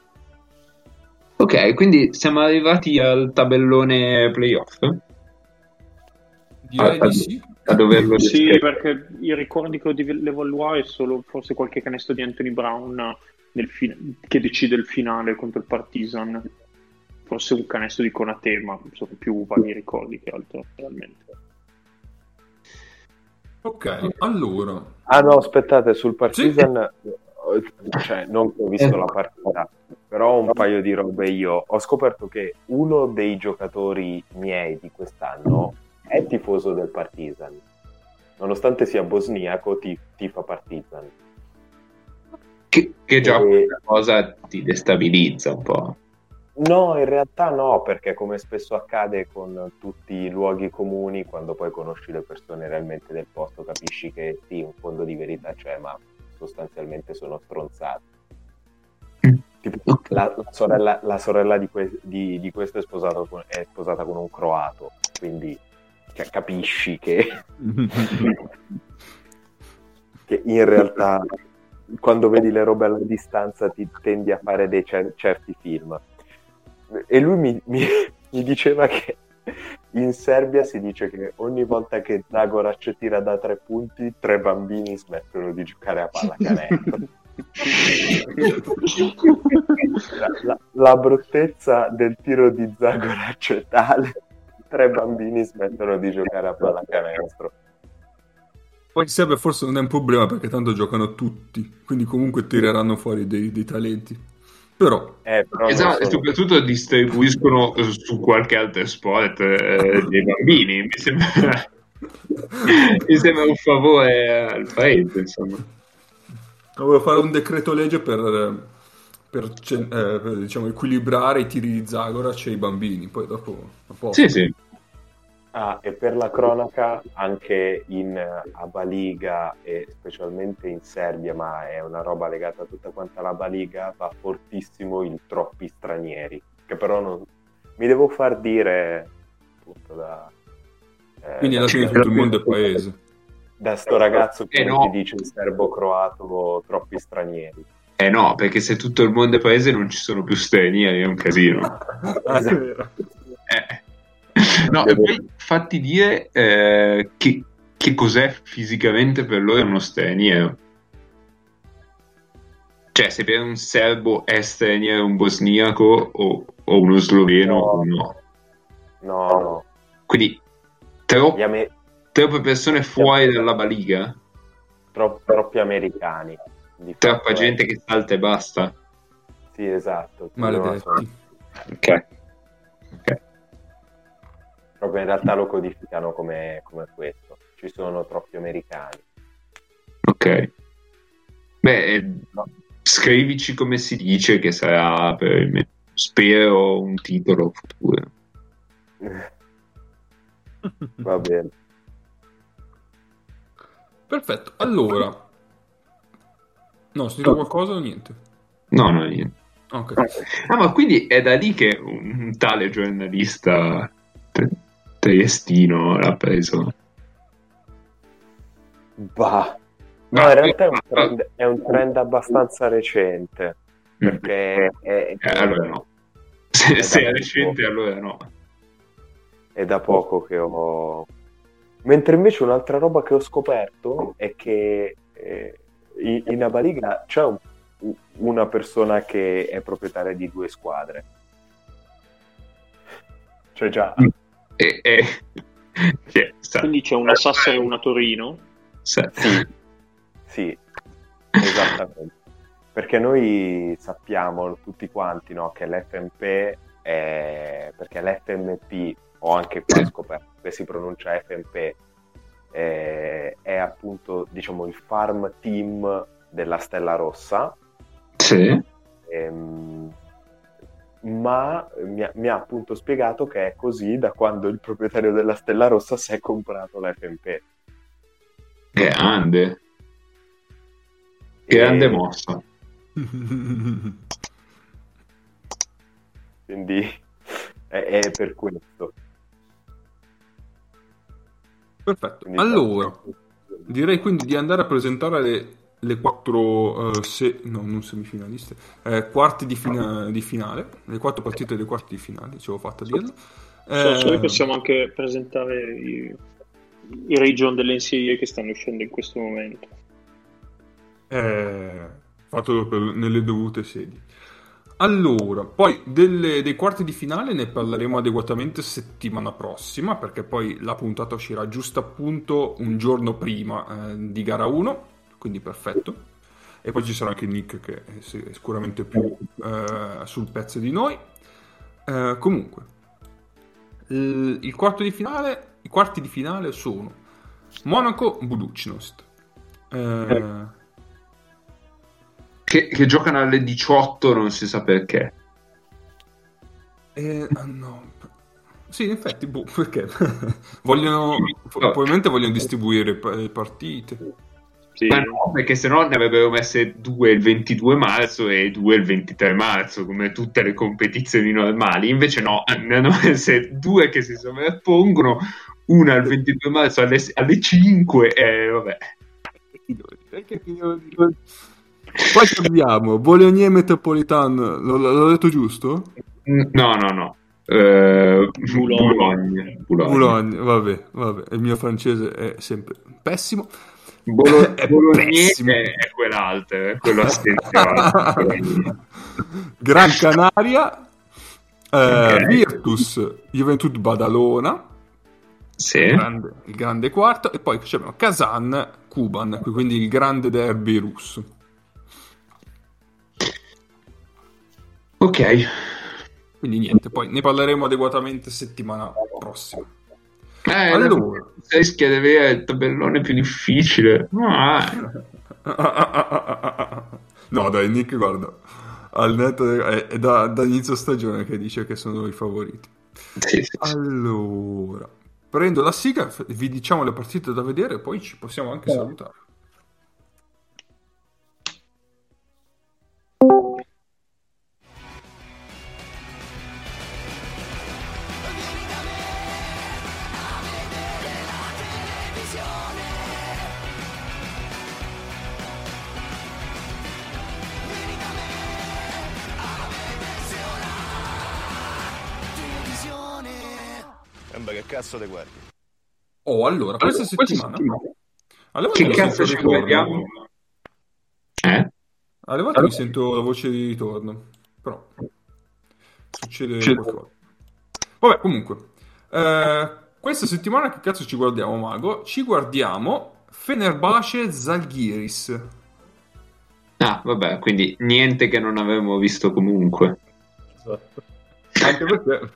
Ok, quindi siamo arrivati al tabellone playoff? Direi di sì. A doverlo sì, perché i ricordi che ho di Levallois è solo forse qualche canestro di Anthony Brown che decide il finale contro il Partizan, forse un canestro di Konate, ma sono più vaghi ricordi che altro realmente. Ok, allora. Ah no, aspettate, sul Partizan, cioè non ho visto la partita, però un paio di robe io. Ho scoperto che uno dei giocatori miei di quest'anno è tifoso del Partizan, nonostante sia bosniaco, tifa Partizan. Che già questa cosa ti destabilizza un po'. No, in realtà no, perché come spesso accade con tutti i luoghi comuni, quando poi conosci le persone realmente del posto capisci che sì, un fondo di verità c'è, ma sostanzialmente sono stronzati. Tipo, la sorella di questo è sposata con un croato, quindi cioè, capisci che in realtà quando vedi le robe alla distanza ti tendi a fare dei certi film. E lui mi diceva che in Serbia si dice che ogni volta che Zagorac tira da 3 punti 3 bambini smettono di giocare a pallacanestro. la bruttezza del tiro di Zagorac è tale, 3 bambini smettono di giocare a pallacanestro. Poi in Serbia forse non è un problema perché tanto giocano tutti, quindi comunque tireranno fuori dei talenti. Però esatto, e soprattutto distribuiscono su qualche altro sport dei bambini. Mi sembra un favore al paese, insomma. Volevo fare un decreto legge per diciamo, equilibrare i tiri di Zagorac e i bambini, poi dopo sì. Ah, e per la cronaca anche in ABA Liga e specialmente in Serbia, ma è una roba legata a tutta quanta l'ABA Liga, va fortissimo il troppi stranieri, che però non mi devo far dire appunto da quindi alla fine tutto il mondo è paese, da sto ragazzo che non ti dice il serbo-croato troppi stranieri. No, perché se tutto il mondo è paese non ci sono più stranieri, è un casino. Esatto. No, fatti dire che cos'è fisicamente per loro uno straniero. Cioè, se per un serbo è straniero un bosniaco o uno sloveno o no. No. Quindi troppe persone fuori dalla Baliga? Troppi americani. Troppa gente che salta e basta? Sì, esatto. Maledetti. Ok. Proprio in realtà lo codificano come questo. Ci sono troppi americani. Ok. Beh, scrivici come si dice, che sarà spero un titolo futuro. Va bene. Perfetto, allora. No, sentito qualcosa o niente? No, niente. Ok. Ma quindi è da lì che un tale giornalista triestino l'ha preso? Bah. No, in realtà è un trend abbastanza recente, perché allora no. Se è recente, allora no. È da poco che ho... Mentre invece un'altra roba che ho scoperto è che in Abaliga c'è una persona che è proprietaria di 2 squadre. Cioè già... Quindi c'è una Sassari e una Torino? Sì, esattamente. Perché noi sappiamo tutti quanti, no, che l'FMP è... perché l'FMP, ho anche qua scoperto che si pronuncia FMP, è appunto, diciamo, il farm team della Stella Rossa. Sì. Ma mi ha appunto spiegato che è così da quando il proprietario della Stella Rossa si è comprato la FMP. Grande mossa. Quindi è per questo. Perfetto. Quindi allora, direi quindi di andare a presentare le 4 non semifinaliste, quarti di finale, le 4 partite dei quarti di finale, ci avevo fatto a dirlo. Noi possiamo anche presentare i region dell'NCAA che stanno uscendo in questo momento. Fatelo nelle dovute sedi. Allora, poi dei quarti di finale ne parleremo adeguatamente settimana prossima, perché poi la puntata uscirà giusto appunto un giorno prima di gara 1, quindi perfetto. E poi ci sarà anche Nick che è sicuramente più sul pezzo di noi. Comunque, i quarti di finale sono Monaco-Budućnost. Che giocano alle 18, non si sa perché. No. Sì, in effetti, perché? Probabilmente vogliono distribuire le partite. Sì. Ma no, perché sennò ne avrebbero messe 2 il 22 marzo e 2 il 23 marzo, come tutte le competizioni normali. Invece no, ne hanno messe 2 che si sovrappongono, una il 22 marzo alle 5 e vabbè. Poi abbiamo Bologna Metropolitan, l'ho detto giusto? No. Boulogne, vabbè, il mio francese è sempre pessimo. Bolognese è quell'altro, è quello astensione. Gran Canaria, Virtus, Juventud Badalona, sì. il grande quarto, e poi abbiamo Kazan, Kuban, quindi il grande derby russo. Ok. Quindi niente, poi ne parleremo adeguatamente settimana prossima. Allora, rischia di avere il tabellone più difficile. No, dai, Nick, guarda, al netto è da inizio stagione che dice che sono i favoriti. Sì. Allora, prendo la sigla, vi diciamo le partite da vedere e poi ci possiamo anche salutare. Che cazzo te guardi? Allora, questa settimana che cazzo ci guardiamo? Alle volte mi sento la voce di ritorno, però succede qualcosa. Vabbè, comunque, questa settimana che cazzo ci guardiamo, Mago? Ci guardiamo Fenerbahce Zalgiris. Ah, vabbè, quindi niente che non avevamo visto comunque. Esatto. Anche perché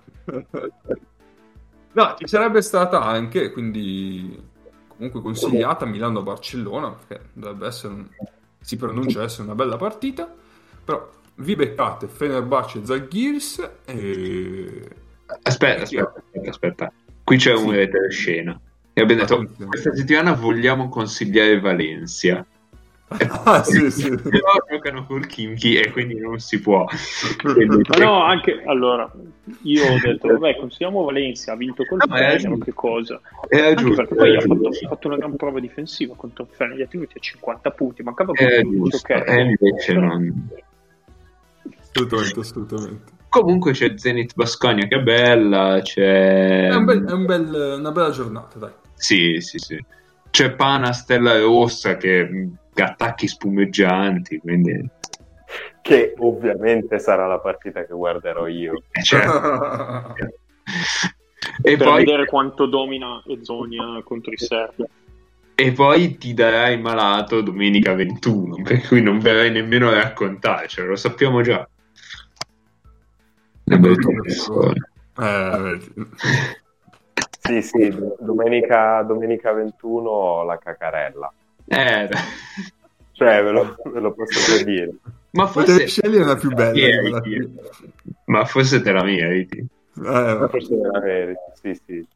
no, ci sarebbe stata anche, quindi comunque consigliata Milano-Barcellona, perché dovrebbe essere si pronuncia essere una bella partita, però vi beccate Fenerbahce Zalgiris e... Aspetta. Qui c'è un retroscena. E abbiamo detto, questa settimana vogliamo consigliare Valencia. Sì. Però giocano col Kimchi e quindi non si può. Ma no, anche allora io ho detto vabbè, consigliamo Valencia, ha vinto col Fener, che cosa? Era giusto, perché poi ha fatto una gran prova difensiva contro il Fener, gli ha tenuti a 50 punti, mancava giusto, invece non. Assolutamente. Comunque c'è Zenit Baskonia che è bella, c'è... È una bella giornata, dai. Sì. C'è Pana Stella Rossa che attacchi spumeggianti, quindi... Che ovviamente sarà la partita che guarderò io. Certo. E per poi... vedere quanto domina Ezonia contro i serbi. E poi ti darai malato domenica 21, per cui non verrai nemmeno a raccontarcelo, lo sappiamo già. Sì, domenica 21 la cacarella. Cioè, ve lo posso dire. Ma forse scegliere la più bella. Ma forse te la meriti. Forse te la meriti, sì.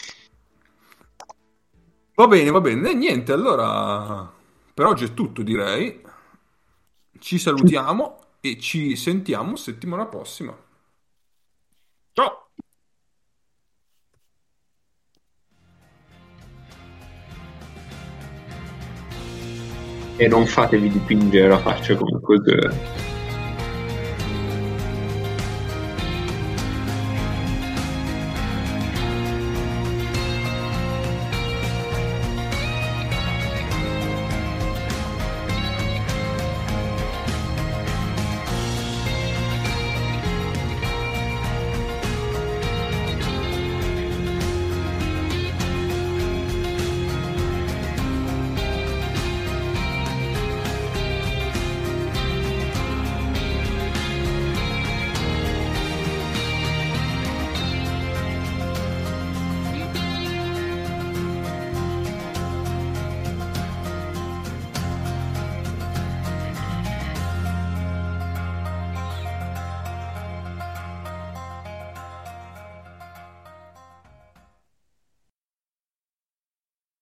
Va bene. Niente, allora per oggi è tutto, direi. Ci salutiamo e ci sentiamo settimana prossima. Ciao! E non fatevi dipingere la faccia come cos'è.